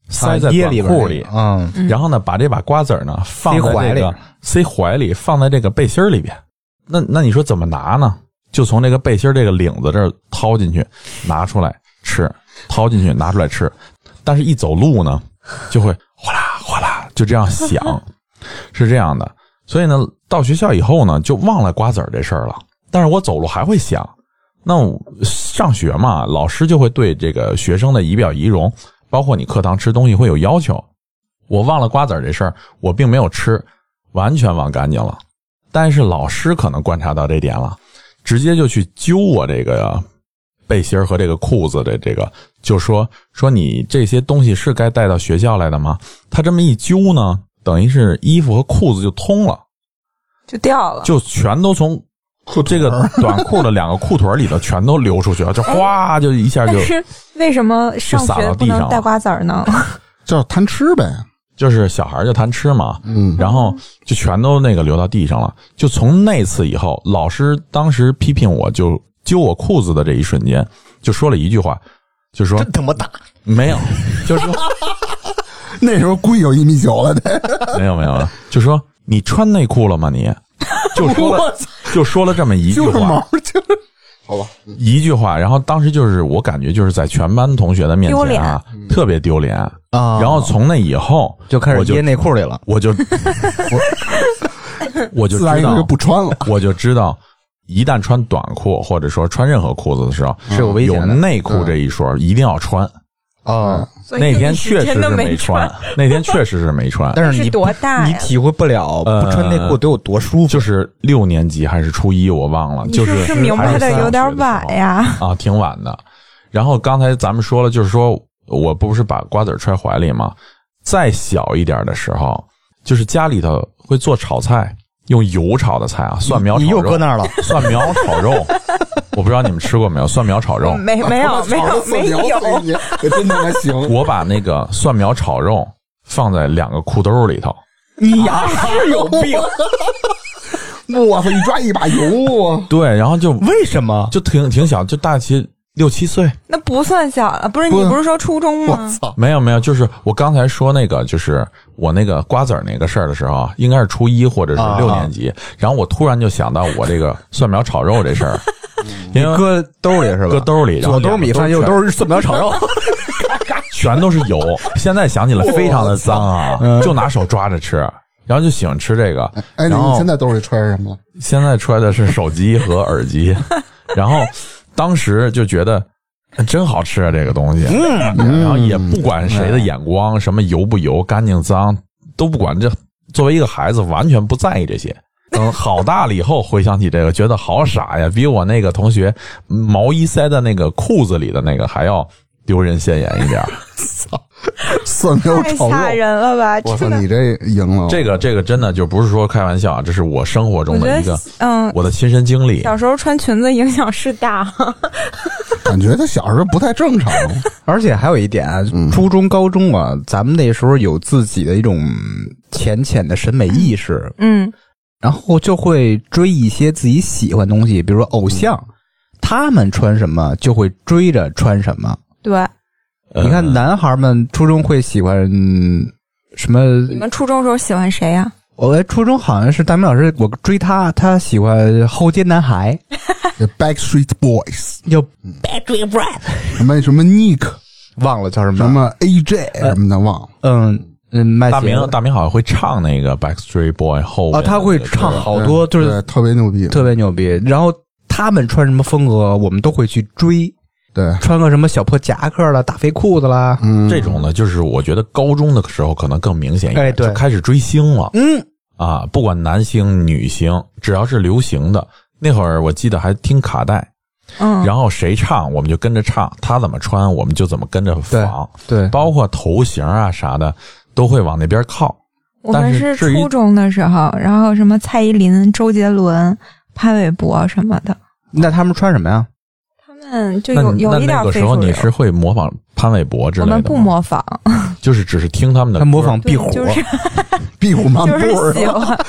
塞在短裤里，
嗯，
然后呢，把这把瓜子呢放在这个塞怀里，放在这个背心里边。那那你说怎么拿呢？就从这个背心这个领子这儿掏进去，拿出来吃，掏进去拿出来吃。但是一走路呢，就会哗啦哗啦就这样响，是这样的。所以呢，到学校以后呢，就忘了瓜子这事儿了。但是我走路还会想，那上学嘛，老师就会对这个学生的仪表仪容，包括你课堂吃东西会有要求。我忘了瓜子这事儿，我并没有吃，完全忘干净了。但是老师可能观察到这点了，直接就去揪我这个背心和这个裤子的这个，就说说你这些东西是该带到学校来的吗？他这么一揪呢，等于是衣服和裤子就通了，
就掉了，
就全都从这个短裤的两个裤腿里头全都流出去了，就哗就一下就。
但是为什么上学不能带瓜子呢？
就是贪吃呗。
就是小孩就贪吃嘛，
嗯，
然后就全都那个流到地上了。就从那次以后，老师当时批评我，就揪我裤子的这一瞬间，就说了一句话，就说
真他妈大，
没有，就是说
那时候估计有一米九了得，
没有没有，就说你穿内裤了吗？你就说了就说了这么一句话，
就是毛就是好吧，
一句话，然后当时就是我感觉就是在全班同学的面前啊，特别丢脸啊。然后从那以后
就开始掖内裤里了，
我就我我就知道
就不穿了，
我就知道一旦穿短裤或者说穿任何裤子的时候
是有危险的，
有内裤这一说一定要穿
啊。
那天确实是没穿，那天确实是没穿。
但是你
多大？
你体会不了不穿内裤得有多舒服。
就是六年级还是初一，我忘了。就是
是明白的有点晚呀。
啊，挺晚的。然后刚才咱们说了，就是说我不是把瓜子揣怀里吗？再小一点的时候，就是家里头会做炒菜，用油炒的菜啊，蒜苗炒肉。
你又搁那儿了，
蒜苗炒肉。我不知道你们吃过没有，蒜苗炒肉。
没没有没有没有，
真他妈行！
我把那个蒜苗炒肉放在两个裤兜里头。
你呀是有病！
我操，一抓一把油啊！
对，然后就
为什么
就挺挺小，就大齐六七岁。
那不算小了，不是你不是说初中吗？
我操，
没有没有，就是我刚才说那个，就是我那个瓜子儿那个事儿的时候，应该是初一或者是六年级。啊、然后我突然就想到我这个蒜苗炒肉这事儿。
你搁兜里是吧？
搁兜里，
左兜米饭，右兜蒜苗炒肉，
全都是油。现在想起来非常的脏啊，就拿手抓着吃，然后就喜欢吃这个。
哎，你现在兜里揣什么了？
现在揣的是手机和耳机。然后当时就觉得真好吃啊，这个东西。嗯，然后也不管谁的眼光，什么油不油、干净脏都不管。这作为一个孩子，完全不在意这些。等好大了以后回想起这个，觉得好傻呀，比我那个同学毛衣塞在那个裤子里的那个还要丢人现眼一点。
操，蒜苗炒肉
太吓人了吧！
我操，你这赢了！
这个这个真的就不是说开玩笑啊，这是我生活中的一个嗯我的亲身经历。
小时候穿裙子影响是大，
感觉他小时候不太正常。
而且还有一点啊，嗯、初中高中啊，咱们那时候有自己的一种浅浅的审美意识，
嗯。
然后就会追一些自己喜欢的东西，比如说偶像，嗯、他们穿什么就会追着穿什么。
对，
你看男孩们初中会喜欢什么？
你们初中时候喜欢谁呀、啊？
我初中好像是大明老师，我追他，他喜欢后街男孩
，Backstreet Boys，
叫 Backstreet Boys，
什么什么 Nick，
忘了叫什么，
什么 A J 什么的忘了，
嗯。嗯，
大明大明好像会唱那个 Backstreet Boy 后
啊，他会唱好多，就是
特别牛逼，
特别牛逼。然后他们穿什么风格，我们都会去追。
对，
穿个什么小破夹克啦、大肥裤子啦，
嗯，这种呢，就是我觉得高中的时候可能更明显一点，
哎，对，
就开始追星了。
嗯，
啊，不管男星女星，只要是流行的，那会儿我记得还听卡带。
嗯，
然后谁唱我们就跟着唱，他怎么穿我们就怎么跟着仿，
对，对
包括头型啊啥的都会往那边靠。
我们是初中的时候，然后什么蔡依林、周杰伦、潘玮柏什么的。
那他们穿什么呀？
他们就有有一点非主流。
那个时候你是会模仿潘玮柏之类的吗？
我们不模仿，
就是只是听他们的歌。
他模仿壁虎，
就是
壁虎漫步，
就是喜欢。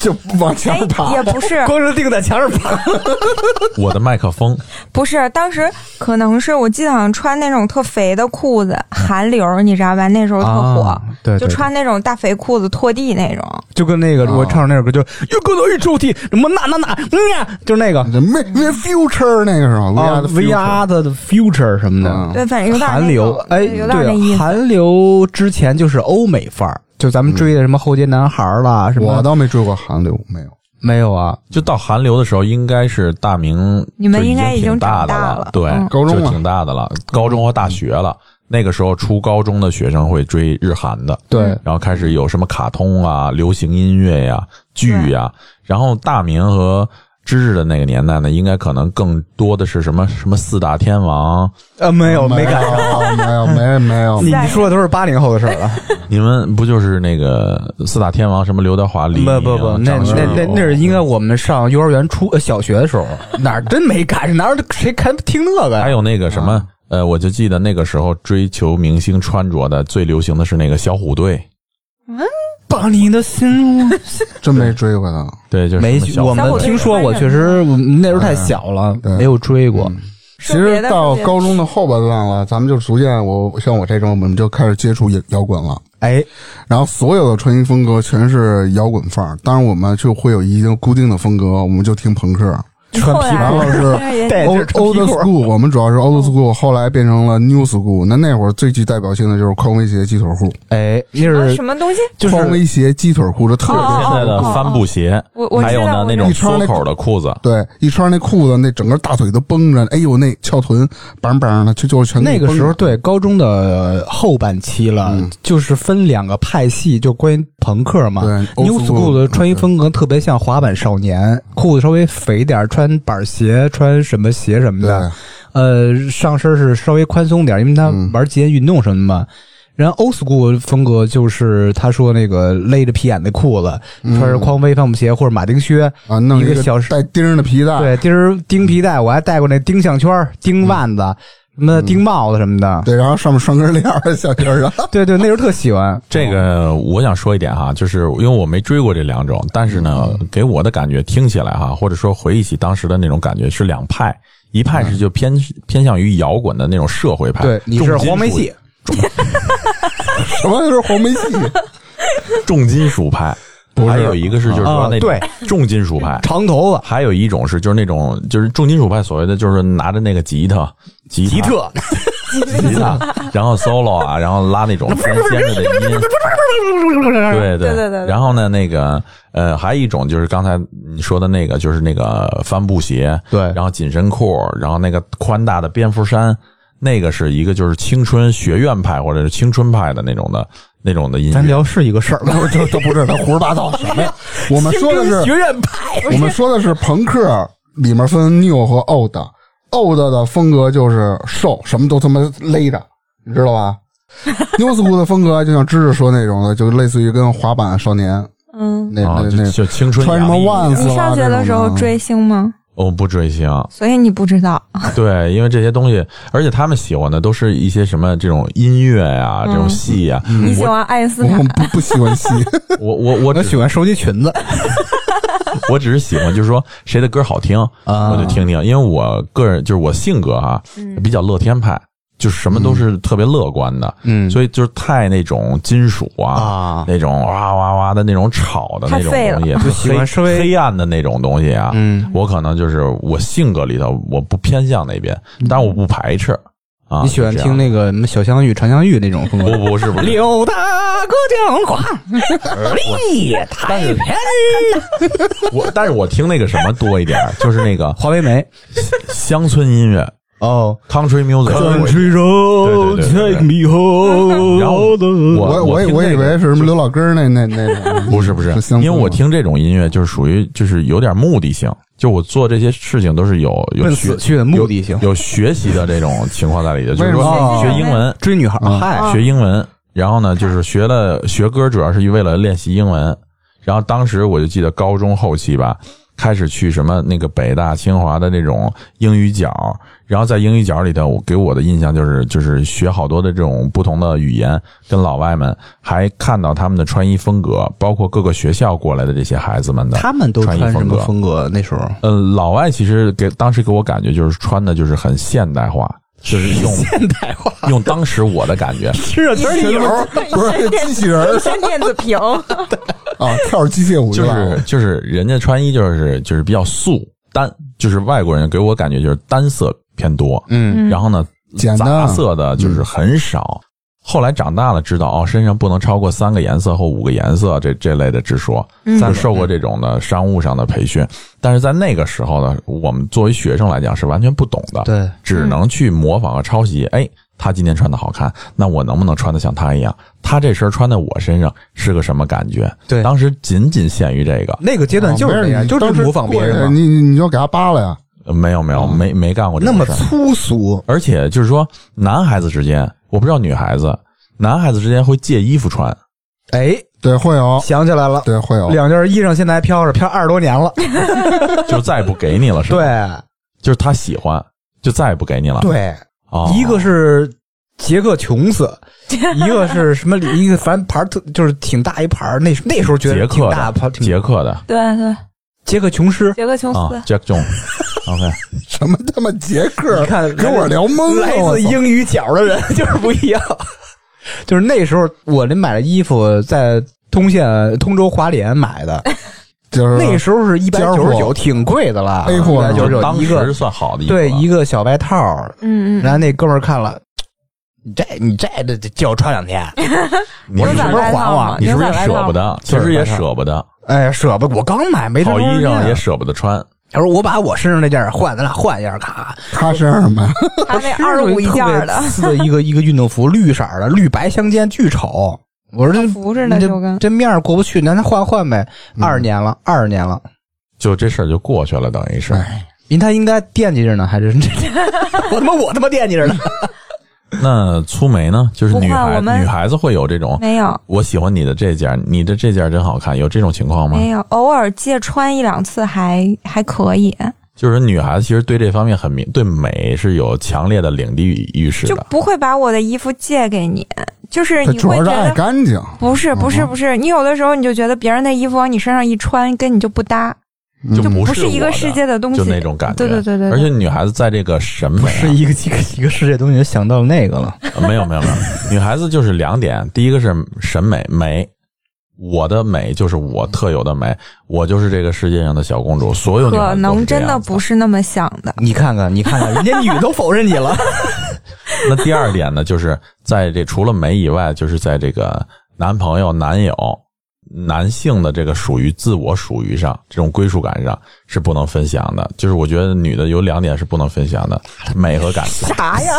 就往墙上爬，
也不是，
光是钉在墙上爬。
我的麦克风
不是，当时可能是我记得好像穿那种特肥的裤子，韩流你知道吧？那时候特火，
啊、对, 对, 对，
就穿那种大肥裤子拖地那种，
就跟那个、啊、我唱那首歌就又跟到一抽屉什么那那那嗯，就那个
没没 future 那个是吧？
啊 ，V R 的 future 什么的，
嗯、对，反正有点
韩流，哎，
有点那意
思。韩流之前就是欧美范儿。就咱们追的什么后街男孩啦、嗯，什么
我倒没追过韩流，没有
没有啊。
就到韩流的时候，应该是大明
你们应该已经
大
的了，
对，
嗯、
高中
就挺大的了，高中和大学了。那个时候初高中的学生会追日韩的，
对，
然后开始有什么卡通啊、流行音乐呀、剧呀，然后大明和芝芝的那个年代呢，应该可能更多的是什么什么四大天王，
呃，没有，没赶
上，没有，没有，没有。
你说的都是八零后的事儿了。
你们不就是那个四大天王什么刘德华、李
不不不，那那那那是应该我们上幼儿园初呃小学的时候，哪儿真没赶上，哪有谁看听那个呀？
还有那个什么、嗯、呃，我就记得那个时候追求明星穿着的最流行的是那个小虎队。
嗯。
把你的心，
真没追过他。
对，就是
没我们听说过，确实那时候太小了，没有追过。
嗯、其实到高中的后半段了，咱们就逐渐，我像我这种，我们就开始接触摇滚了。
哎，
然后所有的穿衣风格全是摇滚范儿，当然我们就会有一定固定的风格，我们就听朋克。
穿皮
然后是 old old school， 我们主要是 old school， 后来变成了 new school。那那会儿最具代表性的就是匡威鞋鸡腿裤。
哎，那是
什么东西？
就是匡威鞋鸡腿裤的特别
现在的帆布鞋，
我我
还有呢那种缩口的裤子。
对，一穿那裤子，那整个大腿都绷着，哎呦，那翘臀梆梆的，就就全
那个时候对高中的后半期了，嗯、就是分两个派系，就关于朋克嘛。
对
，new school 的穿衣风格特别像滑板少年，裤子稍微肥一点，穿板鞋。穿什么鞋什么的，呃，上身是稍微宽松点，因为他玩极限运动什么的嘛。嗯、然后 old school 风格就是他说那个勒着皮眼的裤子，嗯、穿着匡威帆布鞋或者马丁靴
啊，弄
一个小
带钉的皮带，
对，钉钉皮带，我还戴过那钉项圈、钉腕子。嗯什么钉帽子什么的、
嗯，对，然后上面拴根链儿，小筋儿啊，
对对，那时候特喜欢。
这个我想说一点哈，就是因为我没追过这两种，但是呢，
嗯、
给我的感觉听起来哈，或者说回忆起当时的那种感觉是两派，一派是就偏、嗯、偏向于摇滚的那种社会派，
对，你是黄梅戏，
什么是黄梅戏？
重金属派。还有一个是就是说那种重金属派，
长头发；
还有一种是就是那种就是重金属派，所谓的就是拿着那个吉他，吉
他，吉特，
吉他，然后 solo 啊，然后拉那种尖尖着的音，对对
对对。
然后呢，那个呃，还有一种就是刚才你说的那个，就是那个帆布鞋，
对，
然后紧身裤，然后那个宽大的蝙蝠衫，那个是一个就是青春学院派或者是青春派的那种的。那种的音乐，
咱聊是一个事儿，
我就都不知道他胡说八道什么呀。我们说的是
学院派，
我们说的是朋克，里面分 new 和 old。old 的风格就是瘦，什么都他妈勒着，你知道吧 ？new school 的风格就像芝芝说那种的，就类似于跟滑板少年，
嗯，
那那那
就青春
穿什么万斯。
你上学的时候追星吗？
我不追星，
所以你不知道。
对，因为这些东西，而且他们喜欢的都是一些什么这种音乐呀、嗯、这种戏呀。
嗯、
你喜欢爱因斯坦？
我不不喜欢戏，
我我我
我喜欢收集裙子。
我只是喜欢，就是说谁的歌好听，
啊、
我就听听。因为我个人就是我性格哈、嗯，比较乐天派。就是什么都是特别乐观的，
嗯，
所以就是太那种金属啊，
啊
那种哇哇哇的那种吵的那种东西，
就喜欢稍微
黑暗的那种东西啊，
嗯，
我可能就是我性格里头我不偏向那边，但我不排斥啊。
你喜欢听那个什么小香玉、长香玉那种风格？
不不是不是，
刘大哥讲话，厉太偏了。
我但是我听那个什么多一点，就是那个
华为梅
乡村音乐。
哦、
oh, ，Country music，Country
road take me home。
然后
我我我以为是什么刘老根那那那
不是不是，因为我听这种音乐就是属于就是有点目的性，就我做这些事情都是有有
死去的目的性，
有, 有学习的这种情况在里头，就是说学英文，
追女孩，嗨、
嗯，学英文，然后呢就是学了学歌，主要是为了练习英文。然后当时我就记得高中后期吧。开始去什么那个北大清华的那种英语角， 然后在英语角里头，我给我的印象就是就是学好多的这种不同的语言，跟老外们还看到他们的穿衣风格，包括各个学校过来的这些孩子们的
他们都穿什么风格？那时候，
呃，老外其实给当时给我感觉就是穿的就是很现代化。就是用
现代化，
用当时我的感觉，
吃着全是油，
不是机器人，
是电子屏
啊，跳着机械舞，
就是就是人家穿衣就是就是比较素单，就是外国人给我感觉就是单色偏多，
嗯，
然后呢，杂色的就是很少。嗯后来长大了知道哦，身上不能超过三个颜色或五个颜色，这这类的之说，就受过这种的商务上的培训。但是在那个时候呢，我们作为学生来讲是完全不懂的，
对，
只能去模仿和抄袭。哎，他今天穿的好看，那我能不能穿的像他一样？他这身穿在我身上是个什么感觉？
对，
当时仅仅限于这个。
那个阶段就是这样，就是模仿别人嘛。
你你你就给他扒了呀？
没有没有，没没干过这
那么粗俗。
而且就是说，男孩子之间，我不知道女孩子，男孩子之间会借衣服穿。
哎，
对，会有，
想起来了，
对，会有
两件衣裳，现在还飘着，飘二十多年了，
就再也不给你了，是吧？
对，
就是他喜欢，就再也不给你了。
对，
哦、
一个是杰克琼斯，一个是什么？一个反正牌特就是挺大一牌，那那时候觉得挺大牌，
杰克的，
对对。
杰克琼斯，
杰克琼斯、
啊、，Jack Jones，OK，
什么他妈杰克？
你看
给我聊懵了。
来自英语角的人就是不一样。就是那时候我那买的衣服在通县通州华联买的，
就是
那时候是一百九十九，挺贵的了。
A 货
就是
当时算好的衣服，
对，一个小外套。
嗯嗯。
然后那哥们儿看了，你这你这这就穿两天，
你是不是
还我？
你是不是也舍不得？其实也舍不得。
哎，舍不得，我刚买没多
好衣裳也舍不得穿。
他说我把我身上那件换，咱俩换一件，咔，
他身上买，
他那二十五一件的，
的一个一个运动服，绿色的，绿白相间，巨丑。我说这
服似的，就跟
这面过不去，咱再换换呗。二十年了，二十年了，
就这事儿就过去了，等于是。
因他应该惦记着呢，还是我他妈我他妈惦记着呢。
那粗眉呢？就是女孩女孩子会有这种
没有？
我喜欢你的这件，你的这件真好看，有这种情况吗？
没有，偶尔借穿一两次还还可以。
就是女孩子其实对这方面很明，对美是有强烈的领地意识的，
就不会把我的衣服借给你，就是你会觉得
爱干净。
不是不是不是，你有的时候你就觉得别人的衣服往你身上一穿，跟你就不搭。
就
不
是
一个世界的东西，
就那种感觉。
对对对对。
而且女孩子在这个审美、啊，
是一个一个一个世界东西，就想到那个了。
没有没有没有，女孩子就是两点，第一个是审美美，我的美就是我特有的美，我就是这个世界上的小公主。所有女孩子
可能真的不是那么想的。
你看看，你看看，人家女都否认你了。
那第二点呢，就是在这除了美以外，就是在这个男朋友、男友。男性的这个属于自我属于上，这种归属感上是不能分享的。就是我觉得女的有两点是不能分享的，美和感情。
啥呀？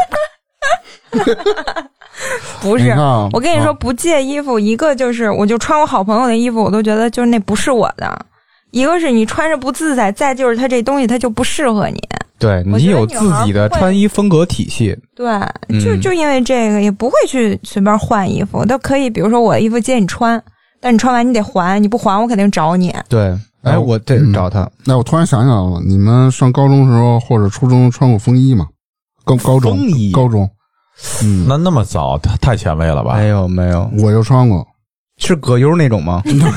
不是，我跟你说，不借衣服，一个就是我就穿我好朋友的衣服，我都觉得就是那不是我的；一个是你穿着不自在，再就是他这东西他就不适合你。
对，你有自己的穿衣风格体系。
对，就就因为这个，也不会去随便换衣服，都可以。比如说我的衣服借你穿。但你穿完你得还，你不还我肯定找你。
对，哎，我得找他。
嗯、那我突然想想了，你们上高中时候或者初中穿过风衣吗？高高中，
风衣，
高中，
嗯，那那么早，太前卫了吧？
没有没有，
我就穿过，
是葛优那种吗？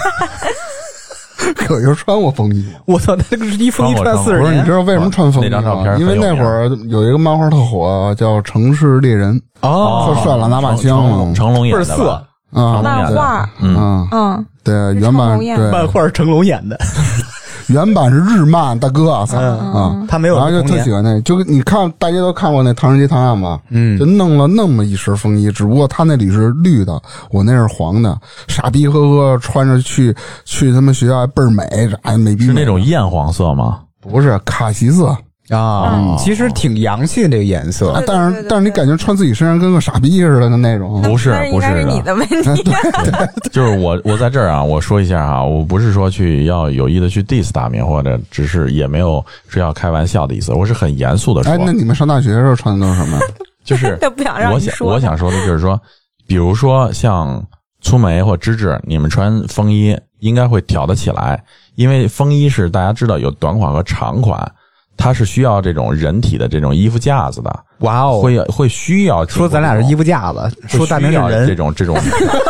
葛优穿过风衣，
我操，那个是一风衣穿四十年。
不是，你知道为什么穿风衣吗？
那张照片
因为那会儿有一个漫画特火，叫《城市猎人》，
哦，
特帅了，拿把枪，
成龙演的
倍儿色。
啊，
漫画，
嗯
嗯，
对，原版对
漫画是成龙演的，
原版是日漫，大哥啊，
啊，他没有，
然后就特喜欢那，就你看大家都看过那《唐人街探案》吧，
嗯，
就弄了那么一身风衣，只不过他那里是绿的，我那是黄的，傻逼呵呵穿着去去他们学校还倍儿美，哎，美逼
是那种艳黄色吗？
不是，卡其色。
啊、嗯，其实挺洋气这个颜色，
啊、但是但是你感觉穿自己身上跟个傻逼似的的那种，
不是不是的，
是你的问题。
就是我我在这儿啊，我说一下啊，我不是说去要有意的去 diss 大明，或者只是也没有是要开玩笑的意思，我是很严肃的说。
哎，那你们上大学的时候穿的都是什么？
就是
不想让
我想我想说的就是说，比如说像粗眉或芝芝，你们穿风衣应该会挑得起来，因为风衣是大家知道有短款和长款。 它是需要这种人体的这种衣服架子的。
哇哦，
会会需要
说咱俩是衣服架子，说大明是人，
这种这种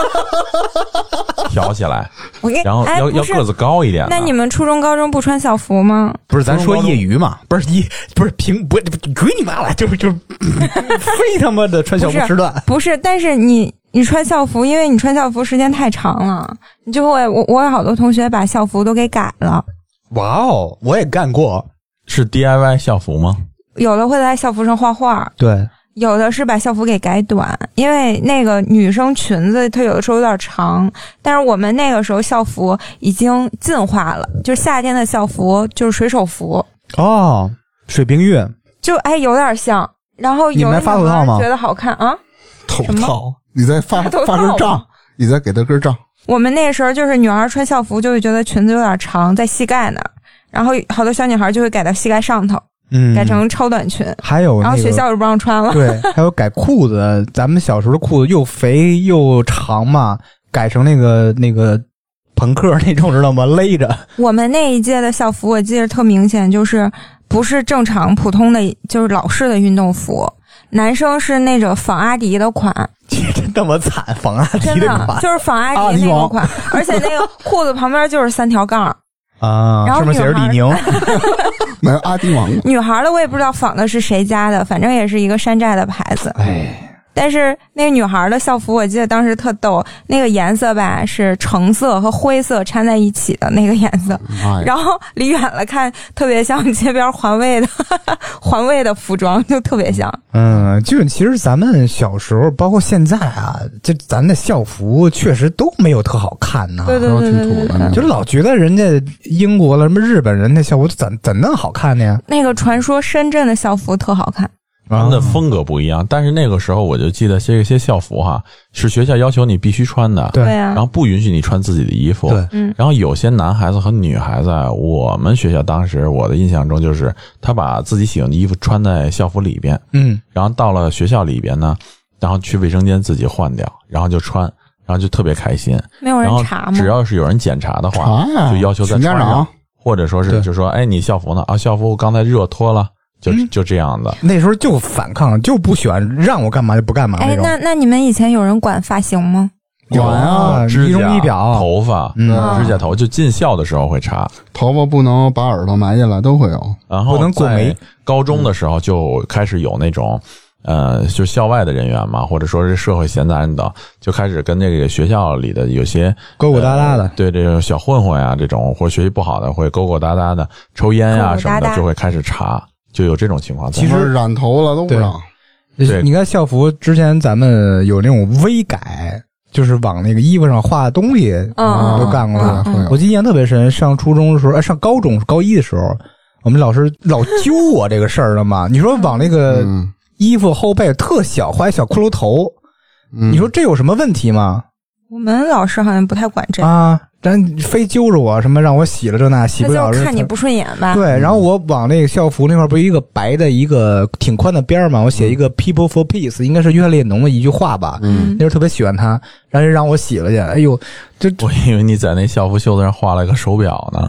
挑起来，然后
哎、
要要个子高一点。
那你们初中高中不穿校服吗？
不是，咱说业余嘛，不是一不是平不归你妈了，就是就是非他妈的穿校服时段。
不是，但是你你穿校服，因为你穿校服时间太长了，你就会我我有好多同学把校服都给改了。
哇哦，我也干过。
是 D I Y 校服吗？
有的会在校服上画画，
对，
有的是把校服给改短，因为那个女生裙子它有的时候有点长，但是我们那个时候校服已经进化了，就是夏天的校服就是水手服
哦，水冰浴
就哎有点像，然后有的
发头套吗？
觉得好看啊？
头套，你再发发根杖，你再给他根杖。
我们那时候就是女孩穿校服就会觉得裙子有点长，在膝盖那儿，然后好多小女孩就会改到膝盖上头。
嗯，
改成超短裙，
还有、那个，
然后学校就不让穿了。
对，还有改裤子，咱们小时候的裤子又肥又长嘛，改成那个那个朋克那种，知道吗？勒着。
我们那一届的校服，我记得特明显，就是不是正常普通的，就是老式的运动服，男生是那种仿阿迪的款。
真那么惨，仿阿迪的款，
真的就是仿阿迪那个款，而且那个裤子旁边就是三条杠。
啊，
然后
上面写着李宁，
没有阿迪王。
女孩的我也不知道仿的是谁家的，反正也是一个山寨的牌子。
哎，
但是那个女孩的校服，我记得当时特逗，那个颜色吧是橙色和灰色掺在一起的那个颜色，
哎、
然后离远了看特别像街边环卫的环卫的服装，就特别像。
嗯，就是其实咱们小时候，包括现在啊，这咱的校服确实都没有特好看呐、啊。
对对对对对对，
就老觉得人家英国了什么日本人的校服怎怎那好看呢呀？
那个传说深圳的校服特好看。
他们的风格不一样，但是那个时候我就记得这些校服哈，是学校要求你必须穿的，
对
啊，
然后不允许你穿自己的衣服，
对，
嗯，
然后有些男孩子和女孩子，我们学校当时我的印象中就是他把自己喜欢的衣服穿在校服里边，
嗯，
然后到了学校里边呢，然后去卫生间自己换掉，然后就穿，然后就特别开心，
没有人查吗？
只要是有人检查的话，
啊、
就要求再穿上，或者说是就说，哎，你校服呢？啊，校服我刚才热脱了。就就这样的，
那时候就反抗，就不喜欢，让我干嘛就不干嘛那种。
哎，那那你们以前有人管发型吗？
管啊，
指甲、
仪表、
头发，
嗯，
指甲头，就进校的时候会查，
头发不能把耳朵埋进来，都会有。
然后
不能过眉。
高中的时候就开始有那种，呃，就校外的人员嘛，或者说是社会闲杂人等，就开始跟这个学校里的有些
勾勾搭搭的，
呃、对这种小混混啊，这种或者学习不好的会勾勾搭搭的，抽烟呀、啊、什么的，就会开始查。就有这种情况，
其实染头了都不让。
对，你看校服之前咱们有那种微改，就是往那个衣服上画东西，
嗯，
都干过的。
嗯嗯、
我记得印象特别深，上初中的时候，哎，上高中高一的时候，我们老师老揪我这个事儿了嘛。你说往那个衣服后背特小画一小骷髅头，
嗯、
你说这有什么问题吗？
我们老师好像不太管这个
啊，咱非揪着我什么让我洗了这那洗不了，
他就看你不顺眼吧。
对，然后我往那个校服那块不是一个白的一个挺宽的边嘛，我写一个 People for Peace， 应该是约翰列侬的一句话吧。
嗯，
那时候特别喜欢他，然后让我洗了去。哎呦，这
我以为你在那校服袖子上画了个手表呢。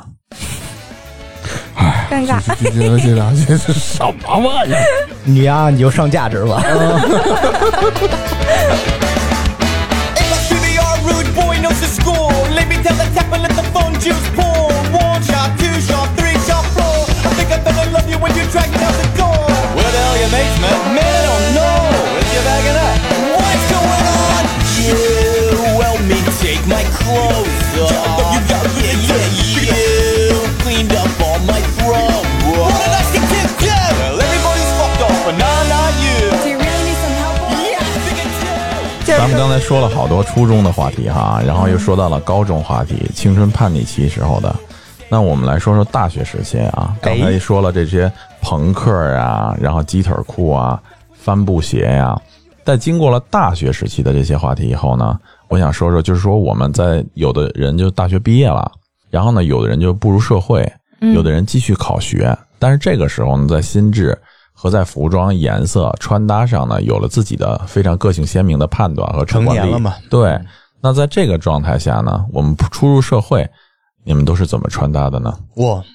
唉，
尴尬。
这这这俩这是什么玩意儿？
你呀，你就上价值吧。
Tell the tap and let the fun juice pour. One shot, two shot, three shot, four. I think I better love you when you drag me out the door. Where the hell your mates, man? Man, I don't know. Is you bagging up? What's going on? You, well, me take my clothes off. You got, yeah, yeah, you cleaned up all my throat. What did I see to do? Well, everybody's fucked off, but not, not you.
Do you really need some help?
Yeah, I think I do.
咱们刚才说了好多初中的话题哈，然后又说到了高中话题，青春叛逆期时候的。那我们来说说大学时期啊，刚才说了这些朋克啊，然后鸡腿裤啊，帆布鞋呀。在经过了大学时期的这些话题以后呢，我想说说，就是说我们在有的人就大学毕业了，然后呢，有的人就步入社会，有的人继续考学，但是这个时候呢，在心智和在服装、颜色、穿搭上呢，有了自己的非常个性鲜明的判断和主观力。
成年了嘛？
对。那在这个状态下呢，我们初入社会，你们都是怎么穿搭的呢？
我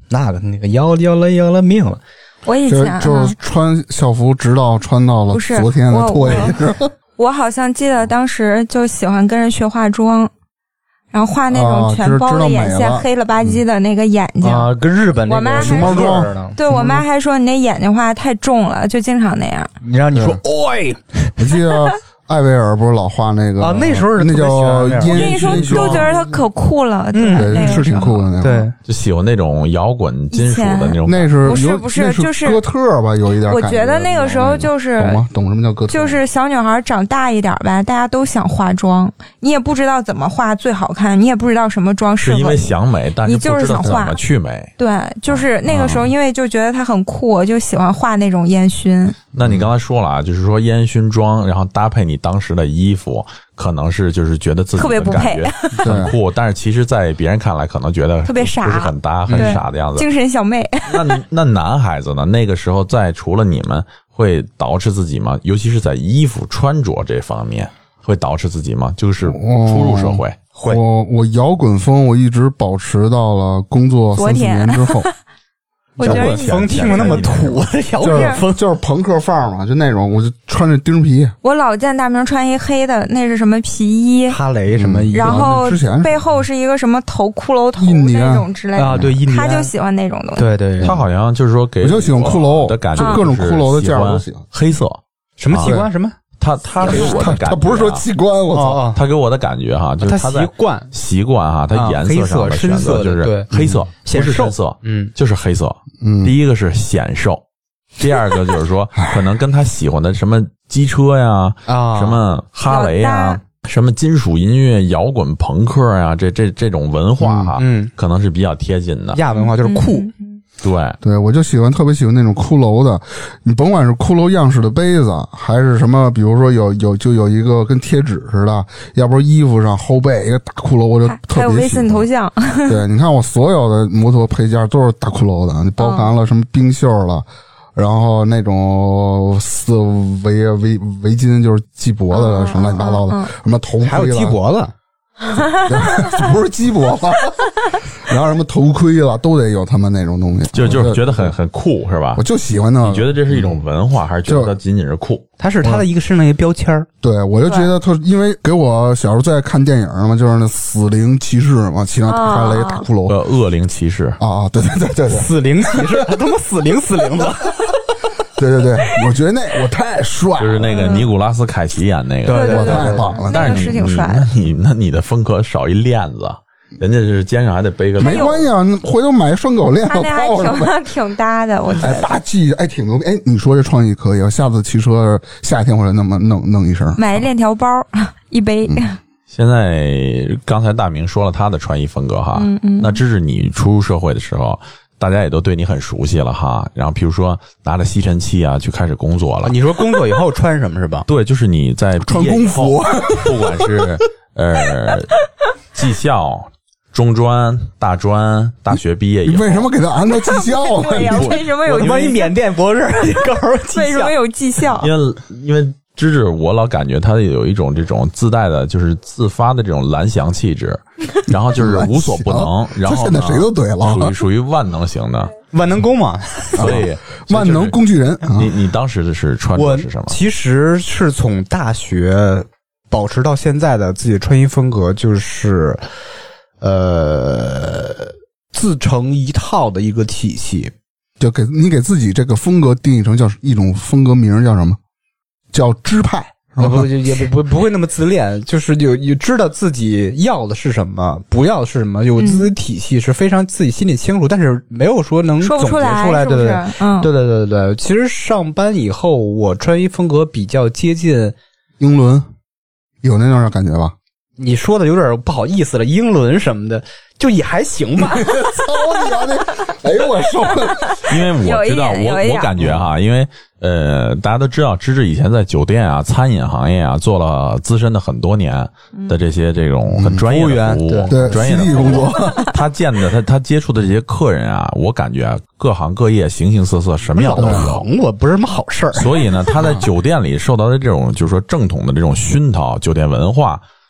那个那个要要了要了命了。
我以前、啊、
就是穿校服，直到穿到了昨天的脱衣。
我好像记得当时就喜欢跟人学化妆，然后画那种全包的眼线，啊、黑了吧唧的那个眼睛
啊，跟日本那个熊猫妆似的。
对，我妈还说你那眼睛画太重了，就经常那样。
你让你说，喂，
我记得。艾薇儿不是老画那个
啊？那时候
那叫烟熏妆，
那时候都觉得他可酷了，
嗯，对，是挺酷的那
对，
就喜欢那种摇滚金属的那种。
那是
不是不是就是
哥特吧，有一点。
我觉得那个时候就是
懂吗？懂什么叫哥特？
就是小女孩长大一点吧，大家都想化妆，你也不知道怎么化最好看，你也不知道什么妆适合
你。是因为想美，但是
你就是想画
怎么去美。
对，就是那个时候，因为就觉得它很酷，我就喜欢画那种烟熏。
那你刚才说了啊，就是说烟熏妆，然后搭配你当时的衣服，可能是就是觉得自己
特别不配，
很酷，但是其实在别人看来，可能觉得
特别傻，
不是很搭，很傻的样子。
精神小妹。
那那男孩子呢？那个时候在除了你们会捯饬自己吗？尤其是在衣服穿着这方面，会捯饬自己吗？就是初入社会，
哦、会。我我摇滚风我一直保持到了工作三四年之后。
我觉得
风听着那么土，摇
滚风就是朋克范儿嘛，就那种，我就穿着钉皮。
我老见大明穿一黑的，那是什么皮衣？
哈雷什么衣？
然后背后是一个什么头骷髅头那种之类的
啊，对，
他就喜欢那种东西。
对对，
他好像就是说给
我就喜欢骷髅
的感觉，
就各种骷髅的件我都喜欢。
黑色
什么器官什么？
他他给我的感觉、啊，
他不是说器官，我操！
他给我的感觉哈，就是他
习惯
习惯哈，他颜色上的选择就是黑色，不是深色，
嗯，
就是黑色。
嗯，
第一个是显瘦，第二个就是说可能跟他喜欢的什么机车呀，啊，什么哈雷呀，什么金属音乐、摇滚、朋克呀，这这这种文化哈，
嗯，
可能是比较贴近的。
亚文化就是酷。
嗯
对
对，我就喜欢特别喜欢那种骷髅的，你甭管是骷髅样式的杯子，还是什么，比如说有有就有一个跟贴纸似的，要不是衣服上后背一个大骷髅，我就特别喜欢。
还有微信头像。
对，你看我所有的摩托配件都是大骷髅的，包含了什么冰袖了，然后那种丝围围围巾，就是系脖子的，什么乱七八糟的，什么头盔，
还有系脖子。
不是鸡脖子，然后什么头盔了，都得有他们那种东西，
就就是觉得很很酷，是吧？
我就喜欢那。
你觉得这是一种文化，还是觉得它仅仅是酷？
它是它的一个身上一个标签儿。
对，我就觉得特，因为给我小时候在看电影嘛，就是那死灵骑士嘛，骑上大哈雷、大骷髅，
呃，恶灵骑士
啊啊，对对对对对，
死灵骑士，他妈死灵死灵的。
对对对，我觉得那我太帅了，
就是那个尼古拉斯凯奇演那个，
对对对，太棒了。
但是
挺帅的，
你那你的风格少一链子，人家是肩上还得背个。
没关系啊，回头买双狗链子套上
呗，挺搭的。我觉得
大 G 哎挺牛逼，哎，你说这创意可以，我下次骑车夏天我再那么弄弄一身，
买链条包一背。
嗯现在刚才大明说了他的穿衣风格哈，
嗯嗯，
那芝芝你初入社会的时候。大家也都对你很熟悉了哈，然后比如说拿着吸尘器啊，就开始工作了。
你说工作以后穿什么是吧？
对，就是你在
穿工服，
不管是呃技校、中专、大专、大学毕业以后，
你为什么给他安到技校呢？
对呀，为什么有？
万一缅甸博士，你告诉我技校？
为什么有技校？
因为因为。芝芝，我老感觉他有一种这种自带的，就是自发的这种蓝翔气质，然后就是无所不能，然后
现在谁都怼了，
属于属于万能型的
万能工嘛，
所以
万能工具人。
你你当时的是穿着是什么？
其实是从大学保持到现在的自己的穿衣风格，就是呃自成一套的一个体系，
就给你给自己这个风格定义成叫一种风格名叫什么？叫支派，
不不也不不不会那么自恋，就是有有知道自己要的是什么，不要的是什么，有自己体系是非常自己心里清楚，但是没有说能总结出来，
出来
对对对，
嗯，
对对对对对。其实上班以后，我穿衣风格比较接近
英伦，有那种感觉吧？
你说的有点不好意思了，英伦什么的。就也还行吧。
操你妈的！哎呦我受了。
因为我知道，我我感觉哈，因为呃，大家都知道，芝芝以前在酒店啊、餐饮行业啊做了资深的很多年的这些这种很专业的服务，
嗯、对
专业的
工作。
他见的他他接触的这些客人啊，我感觉各行各业、形形色色，什么样都有。
我不是什么好事儿。
所以呢，他在酒店里受到的这种就是说正统的这种熏陶，酒店文化。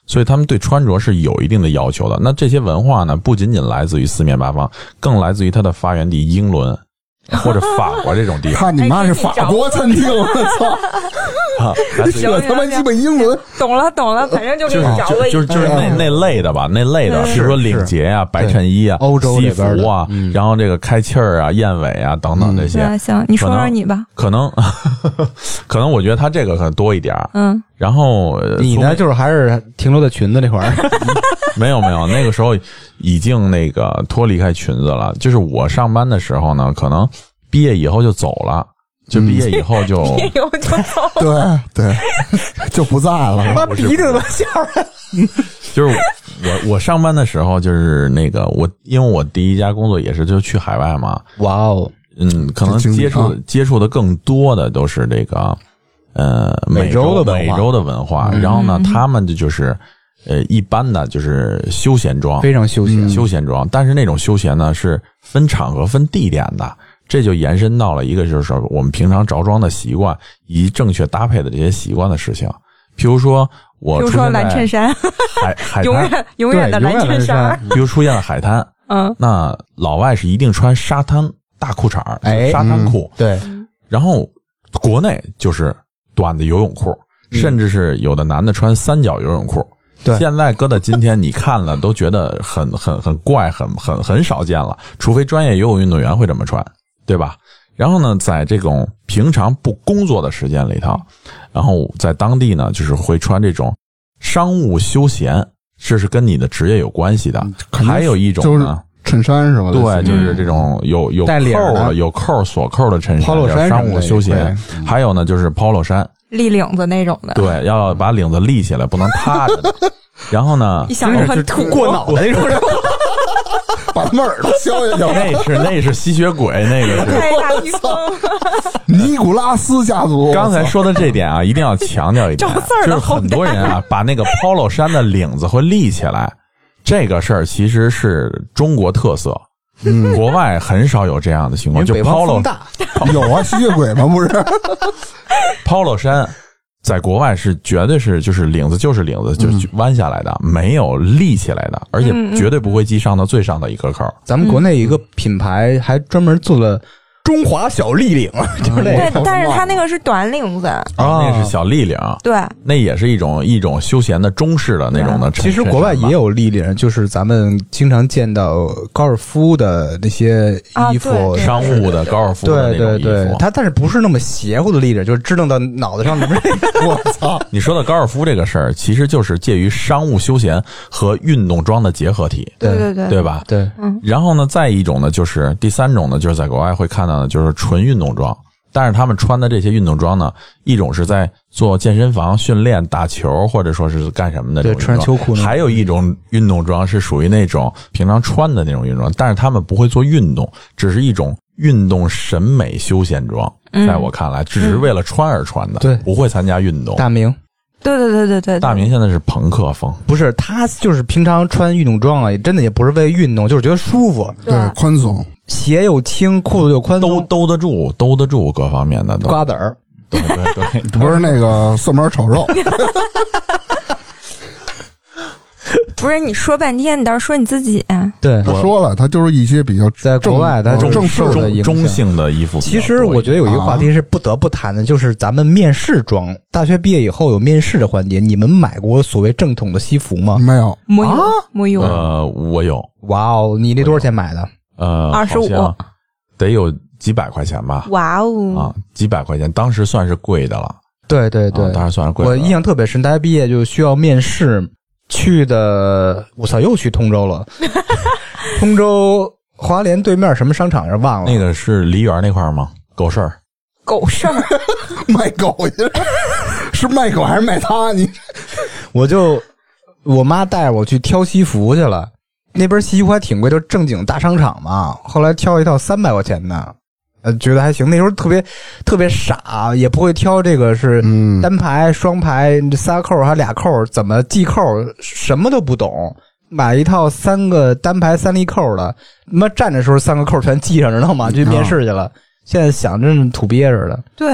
所以他们对穿着是有一定的要求的。那这些文化呢，不仅仅来自于四面八方，更来自于它的发源地英伦或者法国这种地方。
看你妈是法国餐厅，我操！
啊，
这他妈鸡巴英文，
懂了懂了，反正就给你找个
就是就是那那类的吧，那类的，比如说领结啊、白衬衣啊、
欧洲
西服啊，然后这个开气儿啊、燕尾啊等等这些。
行，你说说你吧。
可能可能我觉得他这个可能多一点。嗯，然后
你呢，就是还是停留在裙子这块儿。
没有没有，那个时候已经那个脱离开裙子了。就是我上班的时候呢，可能毕业以后就走了。就毕业以后就
毕业以后就走了，
对对，就不在了。
妈鼻子都笑了。
就是我我上班的时候，就是那个我，因为我第一家工作也是就去海外嘛。
哇哦，
嗯，可能接触接触的更多的都是这个呃美洲的美洲的文化，然后呢，他们的就是呃一般的就是休闲装，
非常休闲
休闲装，但是那种休闲呢是分场合分地点的。这就延伸到了一个就是我们平常着装的习惯以及正确搭配的这些习惯的事情。譬如说我
比如说蓝衬衫，
海海滩
永远永远的蓝衬衫。
比如出现了海滩，嗯，那老外是一定穿沙滩大裤衩，哎，沙滩裤，
嗯，对。
然后国内就是短的游泳裤，嗯，甚至是有的男的穿三角游泳裤。
对，
现在搁到今天，你看了都觉得很很很怪，很很很少见了，除非专业游泳运动员会这么穿。对吧？然后呢，在这种平常不工作的时间里头，然后在当地呢，就是会穿这种商务休闲，这是跟你的职业有关系的。还有一种呢，
衬衫是吧？
对，就是这种有有扣的、有扣锁扣的衬衫，叫商务休闲。还有呢，就是 polo 衫，
立领子那种的。
对，要把领子立起来，不能塌着的。然后呢，
一想就很土，
过脑袋那种。
把他们耳朵削下去，
那是那是吸血鬼，那个是
太大披风，
尼古拉斯家族。
刚才说的这点啊，一定要强调一点，就是很多人啊，把那个 polo 衫的领子会立起来，这个事儿其实是中国特色，嗯，国外很少有这样的情况。就 polo
有啊，吸血鬼吗？不是
polo 衫。在国外是绝对是就是领子就是领子就是弯下来的，嗯，没有立起来的，而且绝对不会系上到最上的一个扣。
咱们国内一个品牌还专门做了中华小立领，就是那
个，但是它那个是短领子
啊，那是小立领，
对，
那也是一种一种休闲的中式的那种的。
其实国外也有立领，就是咱们经常见到高尔夫的那些衣服，
啊，
商务的高尔夫的那种衣服。
对对对，它但是不是那么邪乎的立领，就是支棱到脑袋上的。我操！
你说的高尔夫这个事儿，其实就是介于商务休闲和运动装的结合体。
对对对，
对吧？
对。
嗯。然后呢，再一种呢，就是第三种呢，就是在国外会看到的，就是纯运动装。但是他们穿的这些运动装呢，一种是在做健身房训练、打球，或者说是干什么的这种运动装，
对，穿秋裤。
还有一种运动装是属于那种平常穿的那种运动装，但是他们不会做运动，只是一种运动审美休闲装。
嗯，
在我看来，只是为了穿而穿的，
对，
不会参加运动。
大明。
对对对对对，
大明现在是朋克风，
不是他就是平常穿运动装啊，真的也不是为了运动，就是觉得舒服，
对，宽松，
鞋又轻，裤子又宽松，
兜兜得住，兜得住各方面的都。
瓜子儿，
对对对，
不是那个蒜瓣炒肉。
不是你说半天，你倒是说你自己。
对，
他说了，他就是一些比较
在国外他
正
受的影响，
中性的衣服。
其实我觉得有一个话题是不得不谈的，就是咱们面试装。大学毕业以后有面试的环节，你们买过所谓正统的西服吗？
没有，
没有，没有。
呃，我有。
哇哦，你那多少钱买的？
呃，
二十五，
得有几百块钱吧。
哇哦，
啊，几百块钱，当时算是贵的了。
对对对，
啊、当时算是贵的。
我印象特别深，大学毕业就需要面试。去的，我操，又去通州了。通州华联对面什么商场是忘了？
那个是梨园那块儿吗？狗市儿，
狗市儿，
卖狗去了，是卖狗还是卖他？你，
我就我妈带着我去挑西服去了，那边西服还挺贵，就正经大商场嘛。后来挑一套三百块钱的。呃，觉得还行。那时候特别特别傻，也不会挑这个是单排、双排、仨扣还俩扣，怎么系扣，什么都不懂。买一套三个单排三粒扣的，他妈站的时候三个扣全系上，知道吗？去面试去了。现在想真是土鳖似的。
对，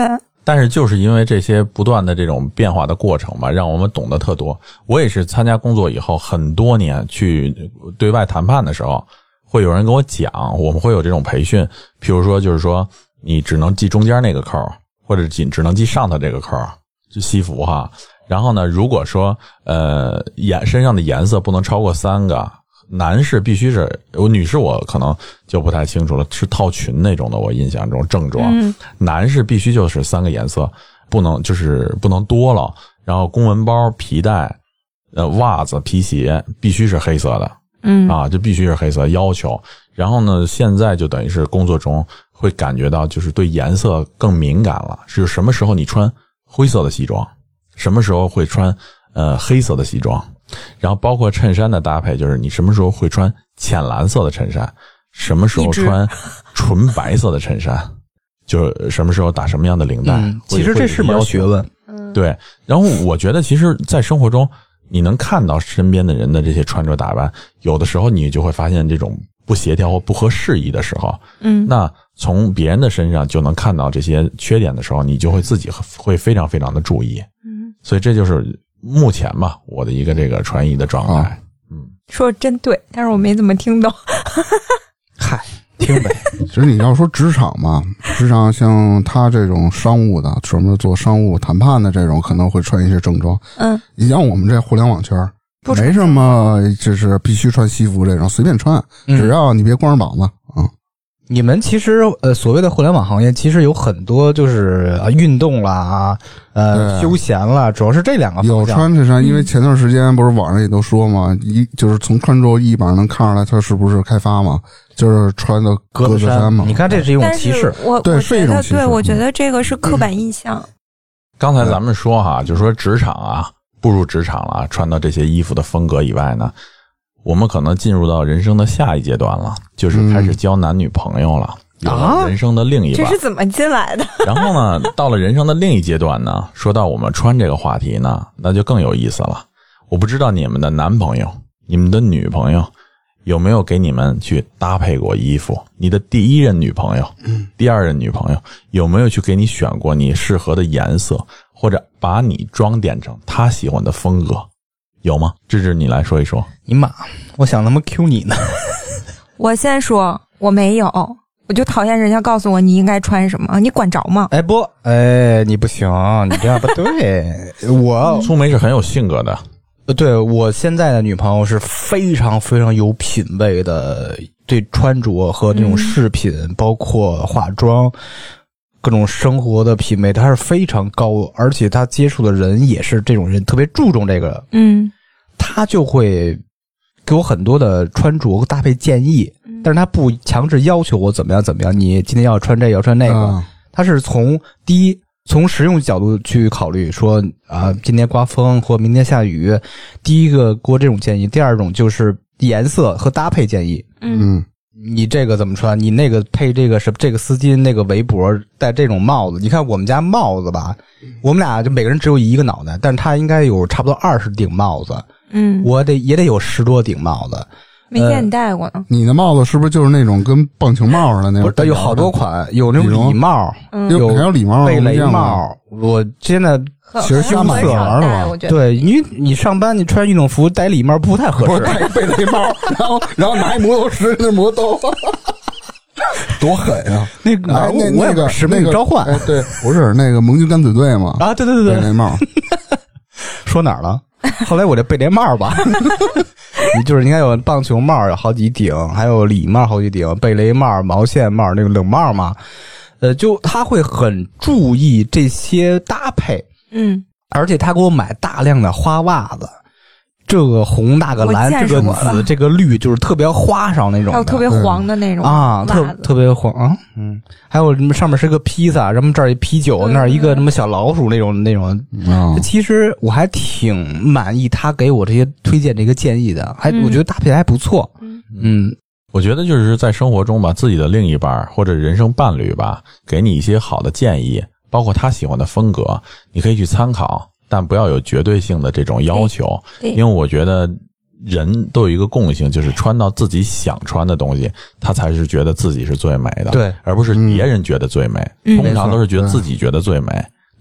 但是就是因为这些不断的这种变化的过程吧，让我们懂得特多。我也是参加工作以后很多年去对外谈判的时候，会有人跟我讲，我们会有这种培训，譬如说就是说你只能系中间那个扣，或者只只能系上头这个扣，就西服哈。然后呢，如果说呃颜身上的颜色不能超过三个，男士必须是，我女士我可能就不太清楚了，是套裙那种的，我印象中正装。嗯、男士必须就是三个颜色，不能就是不能多了。然后公文包、皮带、呃袜子、皮鞋必须是黑色的，嗯啊，就必须是黑色要求。然后呢，现在就等于是工作中会感觉到就是对颜色更敏感了，是什么时候你穿灰色的西装，什么时候会穿呃黑色的西装。然后包括衬衫的搭配，就是你什么时候会穿浅蓝色的衬衫，什么时候穿纯白色的衬衫，就是什么时候打什么样的领带。
嗯、其实这是门学问。
对，然后我觉得其实在生活中你能看到身边的人的这些穿着打扮，有的时候你就会发现这种不协调或不合时宜的时候，嗯，那从别人的身上就能看到这些缺点的时候，你就会自己会非常非常的注意。嗯，所以这就是目前吧，我的一个这个穿衣的状态。啊、
嗯，说的真对，但是我没怎么听懂。
嗨，听呗。
其实你要说职场嘛，职场像他这种商务的，什么做商务谈判的这种，可能会穿一些正装。嗯，你像我们这互联网圈，没什么就是必须穿西服这种，随便穿，只要你别光着膀子。嗯。
你们其实呃，所谓的互联网行业，其实有很多就是啊，运动啦，呃，休闲啦，主要是这两个方向。
有穿衬衫，因为前段时间不是网上也都说嘛，一就是从穿着衣板上能看出来他是不是开发嘛，就是穿的格子衫嘛。
你看这是一种歧视，
我
对是一种歧视。
对，我觉得这个是刻板印象。嗯、
刚才咱们说哈，就是说职场啊，步入职场了，穿到这些衣服的风格以外呢。我们可能进入到人生的下一阶段了，就是开始交男女朋友了，有了人生的另一半。
这是怎么进来的？
然后呢，到了人生的另一阶段呢，说到我们穿这个话题呢，那就更有意思了。我不知道你们的男朋友、你们的女朋友有没有给你们去搭配过衣服？你的第一任女朋友、第二任女朋友有没有去给你选过你适合的颜色，或者把你装点成她喜欢的风格？有吗？芝芝，你来说一说。
你妈，我想他妈 Q 你呢。
我先说，我没有，我就讨厌人家告诉我你应该穿什么，你管着吗？
哎不，哎你不行，你这样不对。我
苏梅是很有性格的，
对，我现在的女朋友是非常非常有品味的，对穿着和这种饰品，嗯、包括化妆。各种生活的品味，他是非常高，而且他接触的人也是这种人，特别注重这个。嗯，他就会给我很多的穿着搭配建议，嗯、但是他不强制要求我怎么样怎么样。你今天要穿这个，要穿那个，嗯、他是从第一从实用角度去考虑，说啊，今天刮风或明天下雨，第一个给我这种建议，第二种就是颜色和搭配建议。嗯。你这个怎么穿？你那个配这个是这个丝巾，那个围脖，戴这种帽子。你看我们家帽子吧，我们俩就每个人只有一个脑袋，但是他应该有差不多二十顶帽子。嗯，我得也得有十多顶帽子。
没见你戴过呢、呃。
你的帽子是不是就是那种跟棒球帽似的那种？
它有好多款，有那种礼帽，
嗯、
有
还有礼帽、
贝雷帽。我现在
其实瞎买玩了吧？
对，因为你上班你穿运动服戴礼帽不太合适，
戴贝雷帽，然后然后拿一魔斗士那魔斗，多狠啊！
那个
哎那
那个使命召唤，
哎对，不是那个盟军敢死队嘛？
啊，对对对对，
贝雷帽，
说哪儿了？后来我这贝雷帽吧，你就是应该有棒球帽有好几顶，还有礼帽好几顶，贝雷帽、毛线帽那个冷帽嘛。呃，就他会很注意这些搭配，嗯，而且他给我买大量的花袜子，这个红那个蓝这个紫这个绿，就是特别花哨那种，
还有特别黄的那种
啊，特特别黄啊，嗯，还有什么上面是个披萨，什么这儿一啤酒，那儿一个什么小老鼠那种那种，嗯，其实我还挺满意他给我这些推荐这个建议的，还我觉得搭配还不错，嗯。嗯
我觉得就是在生活中吧，自己的另一半或者人生伴侣吧，给你一些好的建议，包括他喜欢的风格，你可以去参考，但不要有绝对性的这种要求，因为我觉得人都有一个共性，就是穿到自己想穿的东西，他才是觉得自己是最美的，
对，
而不是别人觉得最美，嗯、通常都是觉得自己觉得最美。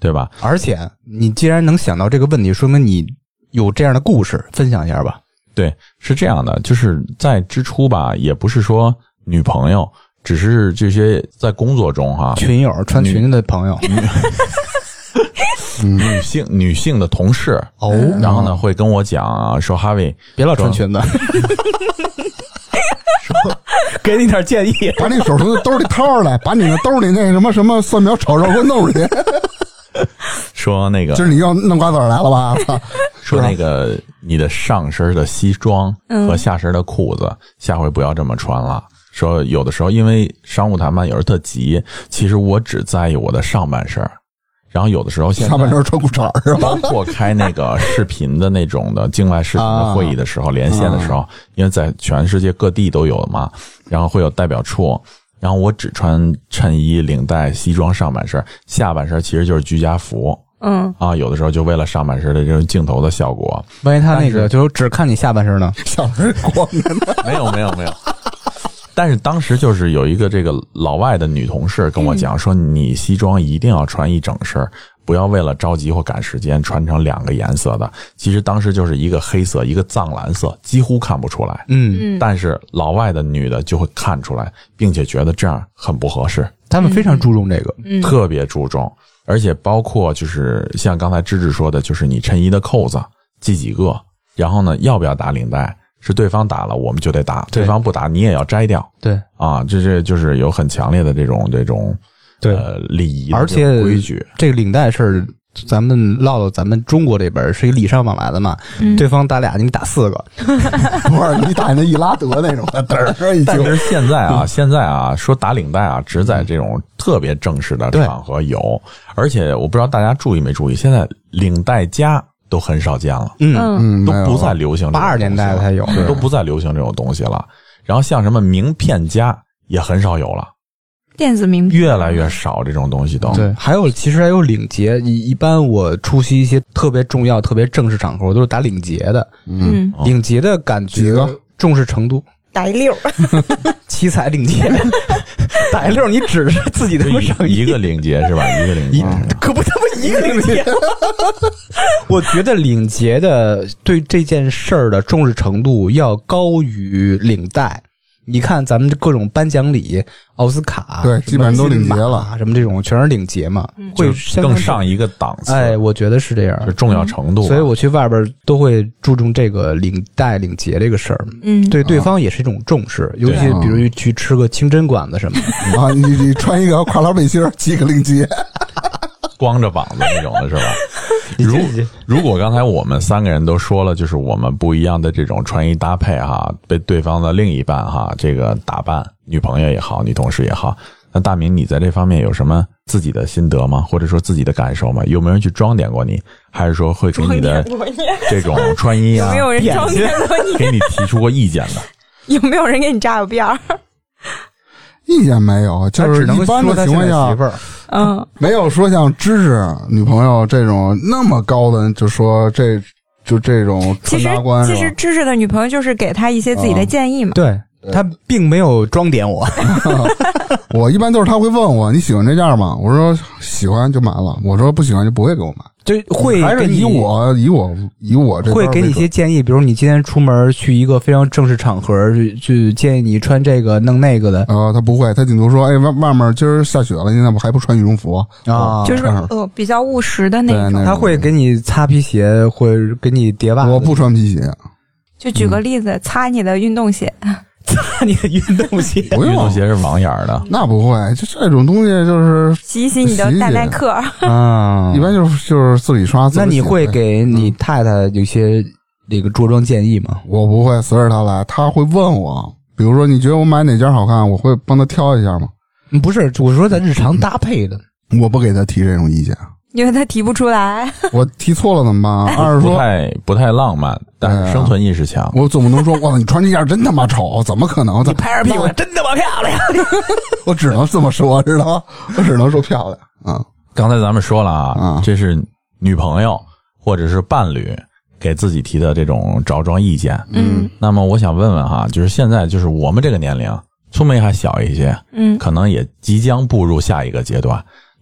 对吧？
而且你既然能想到这个问题，说明你有这样的故事，分享一下吧。
对，是这样的，就是在之初吧，也不是说女朋友，只是这些在工作中哈，
群友穿裙子的朋友，
女性女性的同事
哦，
然后呢会跟我讲说哈维
别老穿裙子。给你点建议，
把你手从兜里掏出来，把你那兜里那什么什么蒜苗炒肉给我弄出去。
说那个，
就是你要弄瓜子来了吧？
说那个你的上身的西装和下身的裤子，嗯、下回不要这么穿了。说有的时候因为商务谈判有时候特急，其实我只在意我的上半身。然后有的时候现在
下半身穿裤衩是吧？
包括开那个视频的那种的境外视频的会议的时候，啊、连线的时候，啊、因为在全世界各地都有嘛，然后会有代表处，然后我只穿衬衣、领带、西装上半身，下半身其实就是居家服。嗯啊，有的时候就为了上半身的这种镜头的效果。
万一他那个就只看你下半身呢？
下半身光的，
没有没有没有。但是当时就是有一个这个老外的女同事跟我讲说，你西装一定要穿一整身，不要为了着急或赶时间穿成两个颜色的。其实当时就是一个黑色，一个藏蓝色，几乎看不出来。嗯，但是老外的女的就会看出来，并且觉得这样很不合适。
他们非常注重这个，
嗯、特别注重，而且包括就是像刚才芝芝说的，就是你衬衣的扣子系几个，然后呢要不要打领带。是对方打了我们就得打，对方不打你也要摘掉。
对
啊，这这就是有很强烈的这种这种
对
呃礼仪的
而且
规矩。
这个领带是咱们唠唠咱们中国这边是一个礼尚往来的嘛，嗯、对方打俩你打四个，
不是你打那易拉德那种的，嘚儿一
但是现在啊，现在啊说打领带啊，只在这种特别正式的场合有，而且我不知道大家注意没注意，现在领带夹都很少见了，
嗯
嗯，
都不再流行。
八二年代才有，
都不再流行这种东西了。然后像什么名片夹也很少有了，
电子名片
越来越少，这种东西都
对。还有其实还有领结，一一般我出席一些特别重要、特别正式场合，我都是打领结的。嗯，领结的感觉重视程度。
打一溜，
七彩领结，打一溜，你指着自己的上
一个领结是吧？一个领结，
可不他妈一个领结。我觉得领结的对这件事儿的重视程度要高于领带。你看咱们各种颁奖礼，奥斯卡
对，基本上都领结了，
什么这种全是领结嘛，嗯、会
更上一个档次。
哎，我觉得是这样，
是重要程度、啊
嗯。所以我去外边都会注重这个领带、领结这个事儿。嗯，对对方也是一种重视，尤其比如去吃个清真馆子什么的
啊，你你穿一个跨栏背心，系个领结。
光着膀子那种的是吧？如如果刚才我们三个人都说了，就是我们不一样的这种穿衣搭配哈，被对方的另一半哈这个打扮，女朋友也好，女同事也好，那大明你在这方面有什么自己的心得吗？或者说自己的感受吗？有没有人去装点过你？还是说会给你的这种穿衣啊，
有没有人装点过你？
给你提出过意见的？
有没有人给你扎过辫儿？
意见没有，就是一般的情况下，嗯，没有说像芝芝女朋友这种那么高的，就说这就这种穿搭观。
其实芝芝的女朋友就是给他一些自己的建议嘛。
对，他并没有装点我。
我一般都是他会问我你喜欢这件吗？我说喜欢就买了，我说不喜欢就不会给我买。
就会
还是以我以我以我这
会给你一些建议，比如你今天出门去一个非常正式场合，去建议你穿这个弄那个的。
呃，他不会，他顶多说，哎，外外面今儿下雪了，现在我还不穿羽绒服
啊？
就是呃比较务实的那种。
他会给你擦皮鞋，会给你叠袜子。
我不穿皮鞋。
就举个例子，嗯、擦你的运动鞋。
擦你的运动鞋，
不用，
运动鞋是网眼的，
那不会，就这种东西就是
洗一洗你的大耐克
啊，一般就是就是自己刷。自己
那你会给你太太有些这个着装建议吗？
我不会，随着她来，她会问我，比如说你觉得我买哪件好看，我会帮她挑一下吗？
不是，我说在日常搭配的，
我不给她提这种意见。
因为他提不出来，
我提错了怎么办？二是说
不太不太浪漫，但是生存意识强。
我总不能说哇，你穿这件真他妈丑，怎么可能？
你拍着屁股真他妈漂亮。
我只能这么说，知道吗？我只能说漂亮啊。
刚才咱们说了啊，这是女朋友或者是伴侣给自己提的这种着装意见。嗯，那么我想问问哈，就是现在就是我们这个年龄，聪梅还小一些，嗯，可能也即将步入下一个阶段。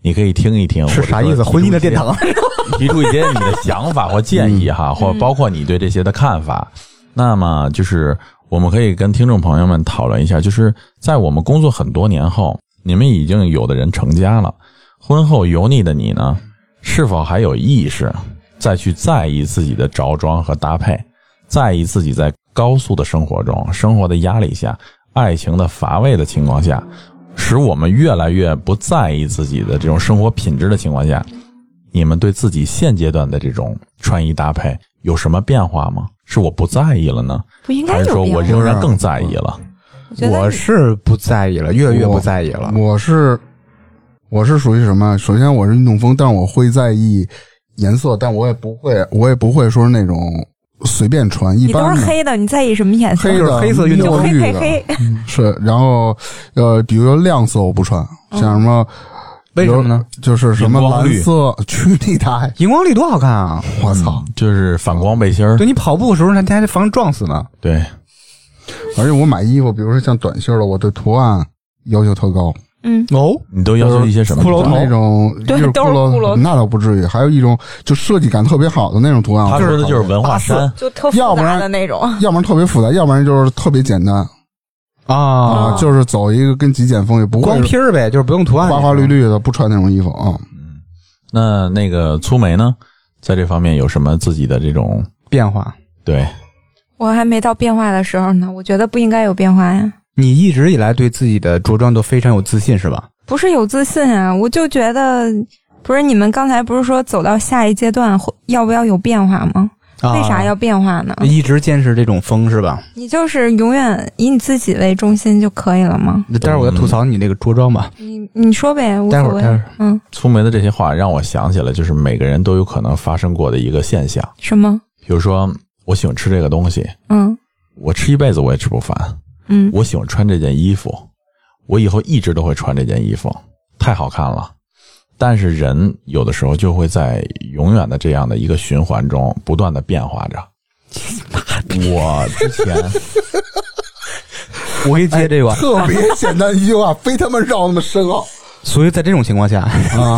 你可以听一听
是啥意思？婚姻的殿堂，
提出一些你的想法或建议哈，或包括你对这些的看法。那么就是我们可以跟听众朋友们讨论一下，就是在我们工作很多年后，你们已经有的人成家了，婚后油腻的你呢，是否还有意识再去在意自己的着装和搭配，在意自己在高速的生活中，生活的压力下，爱情的乏味的情况下，使我们越来越不在意自己的这种生活品质的情况下，你们对自己现阶段的这种穿衣搭配有什么变化吗？是我不在意了呢，
不应该
还是说我仍然更在意了？
我是不在意了，越来越不在意了。
我, 我是我是属于什么？首先我是运动风，但是我会在意颜色，但我也不会，我也不会说那种随便穿。一般
你都是黑的，你在意什么颜色？
黑的，
黑色运动
绿的，
黑黑
嗯、是。然后呃，比如说亮色我不穿，像什么。
为什么呢？
就是什么蓝色，去你大爷！
荧光绿多好看啊！
我操、
嗯，就是反光背心儿。
对，你跑步的时候，它还得防撞死呢。
对，
而且我买衣服，比如说像短袖的，我对图案要求特高。
嗯，
哦，
你都要求一些什么？
骷髅头
那种，
对，都是骷髅头，
那倒不至于。还有一种就设计感特别好的那种图案，
他说的就是文化衫，
就特复杂的那种，
要不然特别复杂，要不然就是特别简单。
啊、
哦，就是走一个跟极简风，也不会
光拼儿呗，就是不用图案，
花花绿绿的，不穿那种衣服啊。
嗯，那那个粗梅呢，在这方面有什么自己的这种
变化？
对，
我还没到变化的时候呢，我觉得不应该有变化呀。
你一直以来对自己的着装都非常有自信，是吧？
不是有自信啊，我就觉得，不是你们刚才不是说走到下一阶段要不要有变化吗？为啥要变化呢？
啊、一直坚持这种风是吧？
你就是永远以你自己为中心就可以了吗？
待会儿我再吐槽你那个着装吧。
你你说呗，无所谓。
待会儿，待会儿。
嗯，
粗梅的这些话让我想起了，就是每个人都有可能发生过的一个现象。
什么？
比如说，我喜欢吃这个东西，
嗯，
我吃一辈子我也吃不烦。
嗯，
我喜欢穿这件衣服，我以后一直都会穿这件衣服，太好看了。但是人有的时候就会在永远的这样的一个循环中不断的变化着。我之前，
我给你接这个、
哎、特别简单一句话，非他妈绕那么深奥。
所以在这种情况下啊，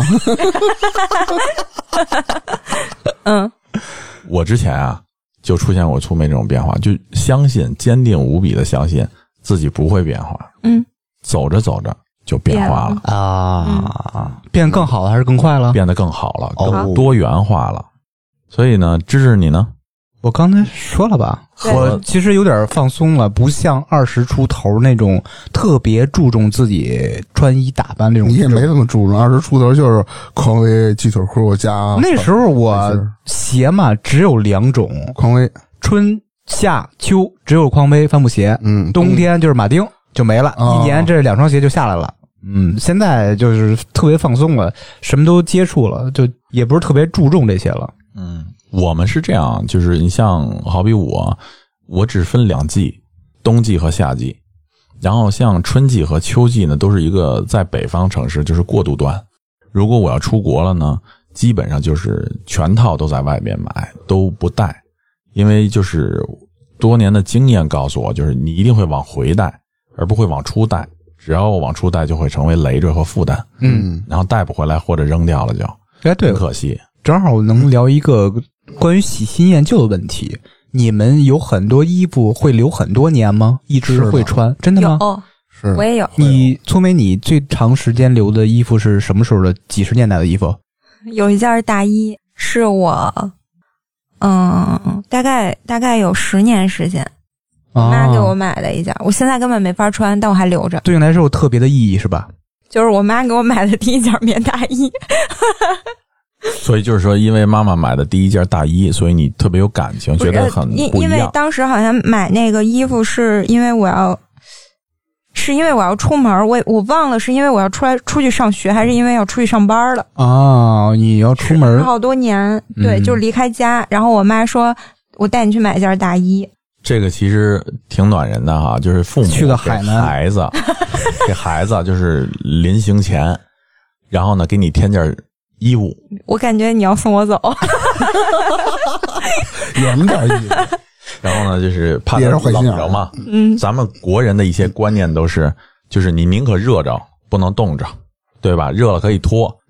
嗯，
我之前啊就出现过粗梅这种变化，就相信坚定无比的相信自己不会变化。
嗯，
走着走着就变化了
啊、嗯，变更好了还是更快了？
变得更好了，更多元化了。所以呢，芝芝你呢？
我刚才说了吧，我其实有点放松了，不像二十出头那种特别注重自己穿衣打扮那种。
你也没那么注重，二十出头就是匡威鸡腿裤加。
那时候我鞋嘛只有两种，
匡威
春夏秋只有匡威帆布鞋，
嗯，
冬天就是马丁就没了，
哦、
一年这两双鞋就下来了。嗯，现在就是特别放松了，什么都接触了，就也不是特别注重这些了。
嗯。我们是这样，就是你像好比我，我只分两季，冬季和夏季。然后像春季和秋季呢，都是一个在北方城市，就是过渡段。如果我要出国了呢，基本上就是全套都在外边买，都不带，因为就是多年的经验告诉我，就是你一定会往回带，而不会往出带。只要往出带，就会成为累赘和负担。
嗯，
然后带不回来或者扔掉了就，
哎，对，
很可惜。
正好能聊一个关于喜新厌旧的问题。你们有很多衣服会留很多年吗？一直会穿？真的吗？
有，
是
我也有。
你粗梅，你最长时间留的衣服是什么时候的？几十年代的衣服？
有一件大衣是我，嗯，大概大概有十年时间，我妈给我买的一件，我现在根本没法穿，但我还留着。
对你来说有特别的意义是吧？
就是我妈给我买的第一件棉大衣。
所以就是说，因为妈妈买的第一件大衣，所以你特别有感情，觉得很不一样。
因因为当时好像买那个衣服是因为我要，是因为我要出门，我我忘了是因为我要出来出去上学，还是因为要出去上班了。
啊，你要出门
好多年，对，
嗯、
就是离开家。然后我妈说，我带你去买一件大衣。
这个其实挺暖人的哈，就是父母
去到海南，
孩子给孩子就是临行前，然后呢给你添件衣物。
我感觉你要送我走。
也没点意思。
然后呢，就是怕它冷着嘛。
嗯，
咱们国人的一些观念都是，就是你宁可热着，不能冻着，对吧？热了可以脱，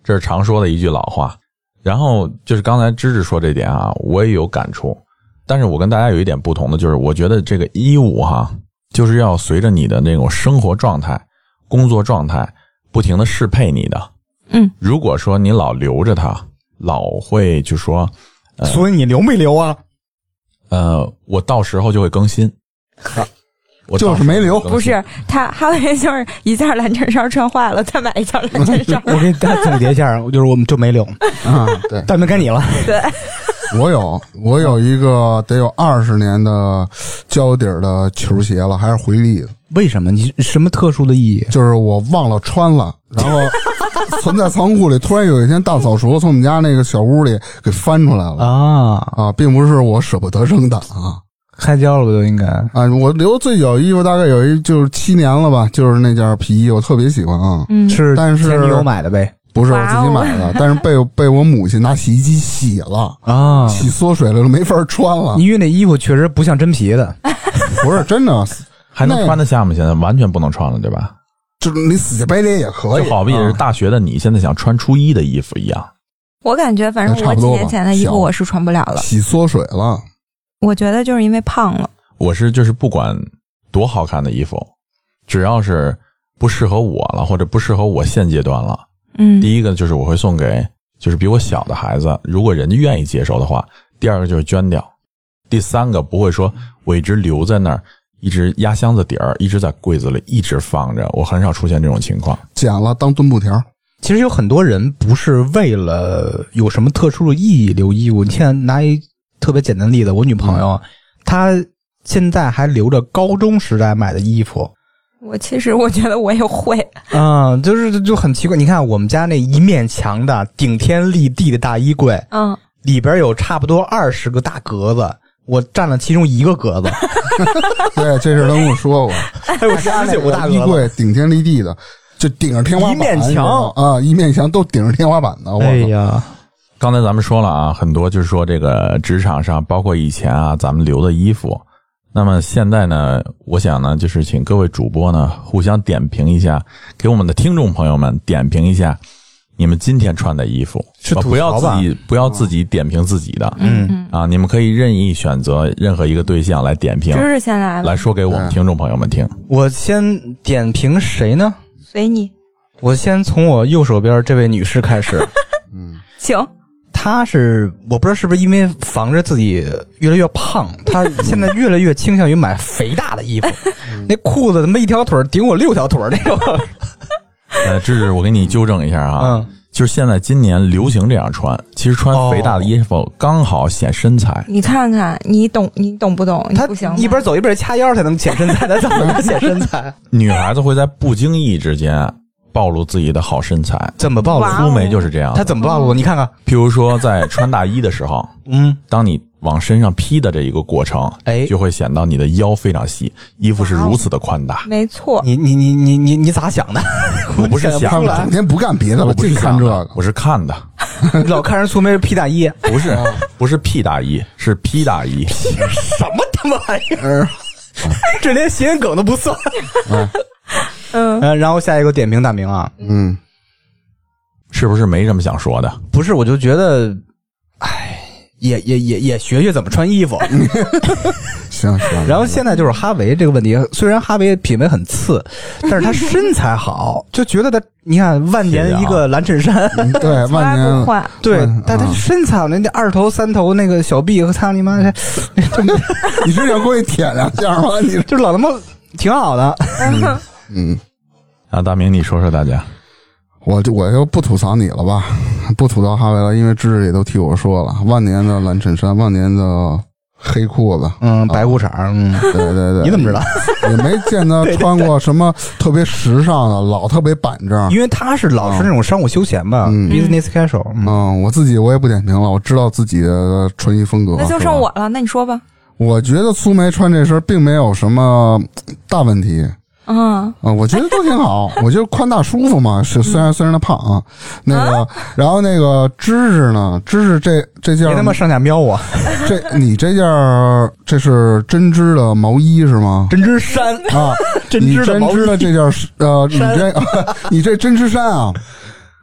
这是常说的一句老话。然后就是刚才芝芝说这点啊，我也有感触。但是我跟大家有一点不同的就是，我觉得这个衣物哈，就是要随着你的那种生活状态、工作状态不停的适配你的。
嗯，
如果说你老留着它，老会就说，
呃、所以你留没留啊？
呃，我到时候就会更新。啊
我就是没留，
不是他，哈维就是一件蓝衬衫穿坏了，再买一件蓝衬衫。
我给大家总结一下，就是我们就没留
啊。对，
大明该你了。
对，
我有，我有一个得有二十年的胶底的球鞋了，还是回力的。
为什么？你什么特殊的意义？
就是我忘了穿了，然后存在仓库里，突然有一天大扫除从我们家那个小屋里给翻出来了
啊
啊，并不是我舍不得扔的啊。
开胶了不就应该
啊！我留最久衣服大概有一就是七年了吧，就是那件皮衣，我特别喜欢啊。
嗯，
是，
但是
前女友买的呗？
不是，我自己买的，但是被被我母亲拿洗衣机洗了
啊，
洗缩水了，没法穿了。
因为那衣服确实不像真皮的，
不是真的，
还能穿得下吗？现在完全不能穿了，对吧？
就是你死乞白赖也可以，
就好比是大学的你现在想穿初一的衣服一样。
我感觉，反正我几年前的衣服我是穿不了了，
洗缩水了。
我觉得就是因为胖了。
我是就是不管多好看的衣服，只要是不适合我了，或者不适合我现阶段了，
嗯，
第一个就是我会送给就是比我小的孩子，如果人家愿意接受的话；第二个就是捐掉；第三个不会说我一直留在那儿，一直压箱子底儿，一直在柜子里一直放着，我很少出现这种情况。
剪了当墩布条。
其实有很多人不是为了有什么特殊的意义留衣服。你现在拿一特别简单的例子，我女朋友、嗯、她现在还留着高中时代买的衣服。
我其实我觉得我也会，
嗯，就是就很奇怪。你看我们家那一面墙的顶天立地的大衣柜，
嗯，
里边有差不多二十个大格子，我占了其中一个格子。
对，这事他跟我说过。
还有十九个大
衣柜顶天立地的，就顶着天花板，
一面墙
啊，一面墙都顶着天花板的。
哎呀。
刚才咱们说了啊，很多就是说这个职场上，包括以前啊，咱们留的衣服。那么现在呢，我想呢，就是请各位主播呢，互相点评一下，给我们的听众朋友们点评一下你们今天穿的衣服，
是
不要自己不要自己点评自己的，
嗯
啊，你们可以任意选择任何一个对象来点评，
知识先来了，
来说给我们听众朋友们听。
我先点评谁呢？
随你。
我先从我右手边这位女士开始。
嗯，
请。
她是我不知道是不是因为防着自己越来越胖，她现在越来越倾向于买肥大的衣服，那裤子他妈一条腿顶我六条腿那种。
呃，这是我给你纠正一下啊，
嗯，
就是现在今年流行这样穿，其实穿肥大的衣服刚好显身材。
你看看，你懂你懂不懂？
他
不行，
一边走一边掐腰才能显身材，他怎么能显身材？
女孩子会在不经意之间暴露自己的好身材。
怎么暴露？
苏梅就是这样。
她怎么暴露？你看看，
譬如说在穿大衣的时候，
嗯，
当你往身上披的这一个过程，
哎，
就会显到你的腰非常细，衣服是如此的宽大。
没错。
你你你你你你咋想的？
我不是想的，
整天不干别的了，
我不是
看这个，
我是看的。
老看人苏梅披大衣，
不是不是披大衣，是披大衣。
什么他妈玩意儿？这连谐音梗都不算。
嗯
嗯，然后下一个点评大明啊，
嗯，
是不是没什么想说的？
不是，我就觉得，哎，也也也也学学怎么穿衣服。
行行。
然后现在就是哈维这个问题，虽然哈维品味很次，但是他身材好，就觉得他，你看万年一个蓝衬衫，
对，万年
换，
对，但他身材好，那那二头三头那个小臂和操你妈，
你是想过去舔两下吗？你
就老他妈挺好的。
嗯。嗯，
啊，大明，你说说大家。
我就我就不吐槽你了吧，不吐槽哈维了，因为知识也都替我说了，万年的蓝衬衫，万年的黑裤子，
嗯，白裤衩，嗯，
对对对。
你怎么知道？
也没见他穿过什么特别时尚的，老特别板正。
因为他是老是那种商务休闲吧、
嗯、
，business casual。嗯,
嗯，我自己我也不点评了，我知道自己的穿衣风格。
那就剩我了，那你说吧。
我觉得苏梅穿这身并没有什么大问题。
嗯
啊，我觉得都挺好，我觉得宽大舒服嘛。是虽然虽然他胖啊，那个，啊、然后那个知识呢，知识这这件
别他妈上下瞄我。
这你这件这是针织的毛衣是吗？
针织衫
啊，
针织的毛衣。
你针织的这件呃，你这你这针织衫啊，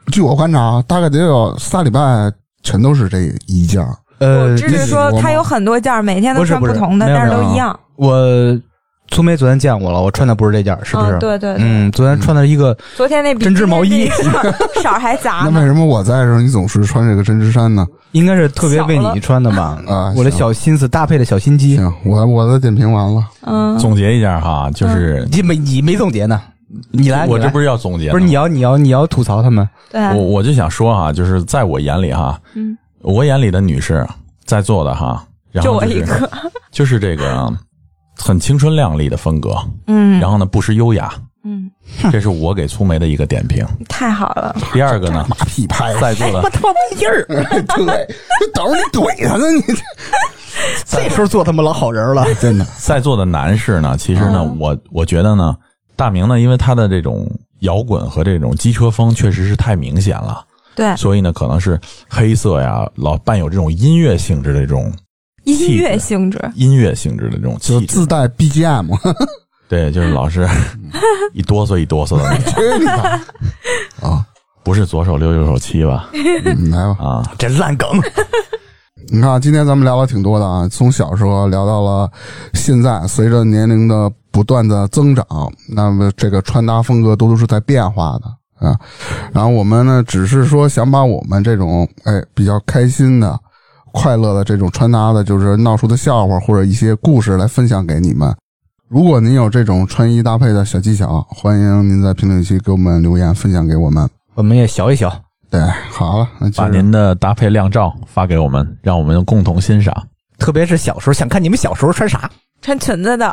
据我观察，大概得有仨礼拜全都是这一件。
呃，只是说他有很多件，每天都穿不同的，但是都一样。
我粗梅昨天见过了，我穿的不是这件，是不是？
嗯、对对对，
嗯，昨天穿的一个
昨天那
针织毛衣，
色儿还杂。
那为什么我在的时候你总是穿这个针织衫呢？
应该是特别为你穿的吧？啊，我的小心思搭配的小心机。
行，我我的点评完了。
嗯，
总结一下哈，就是
你没你没总结呢，你来，
我这不是要总结，
不是你要你要你要吐槽他们。
对，
我我就想说哈，就是在我眼里哈，嗯，我眼里的女士在座的哈，然后、就是、
就我一个，
就是这个。很青春靓丽的风格，
嗯，
然后呢不失优雅，
嗯，
这是我给粗梅的一个点评。
太好了。
第二个呢，
马屁拍
在座的，
我他妈没劲儿，
对，等着你怼他呢，你
这时候做他妈老好人了，
真的。
在座的男士呢，其实呢，
嗯、
我我觉得呢，大明呢，因为他的这种摇滚和这种机车风确实是太明显了，
对，
所以呢，可能是黑色呀，老伴有这种音乐性质的这种。
音乐性质，
音乐性质的这种气质，
就自带 B G M，
对，就是老是一哆嗦一哆嗦的那种。
啊，
不是左手六右手七吧？
嗯、来吧，
啊，
这烂梗。
你看，今天咱们聊了挺多的啊，从小时候聊到了现在，随着年龄的不断的增长，那么这个穿搭风格都都是在变化的啊。然后我们呢，只是说想把我们这种哎比较开心的。快乐的这种穿搭的，就是闹出的笑话或者一些故事来分享给你们。如果您有这种穿衣搭配的小技巧，欢迎您在评论区给我们留言分享给我们，
我们也学一学。
对，好了，那
把您的搭配靓照发给我们，让我们共同欣赏。
特别是小时候，想看你们小时候穿啥？
穿裙子的。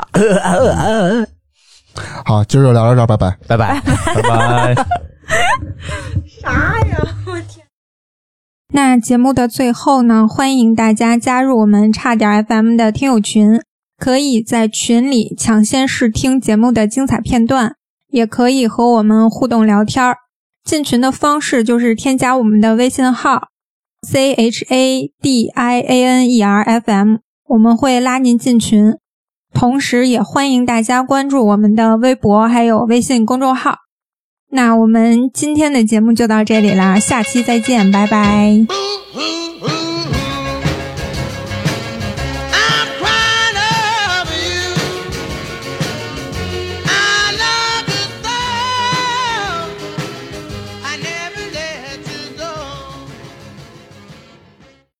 好，今儿就聊到这儿，拜拜，
拜拜，
拜拜。
啥呀？我天！那节目的最后呢，欢迎大家加入我们差点 F M 的听友群，可以在群里抢先试听节目的精彩片段，也可以和我们互动聊天。进群的方式就是添加我们的微信号 C H A D I A N E R F M， 我们会拉您进群。同时也欢迎大家关注我们的微博还有微信公众号。那我们今天的节目就到这里啦，下期再见，拜拜。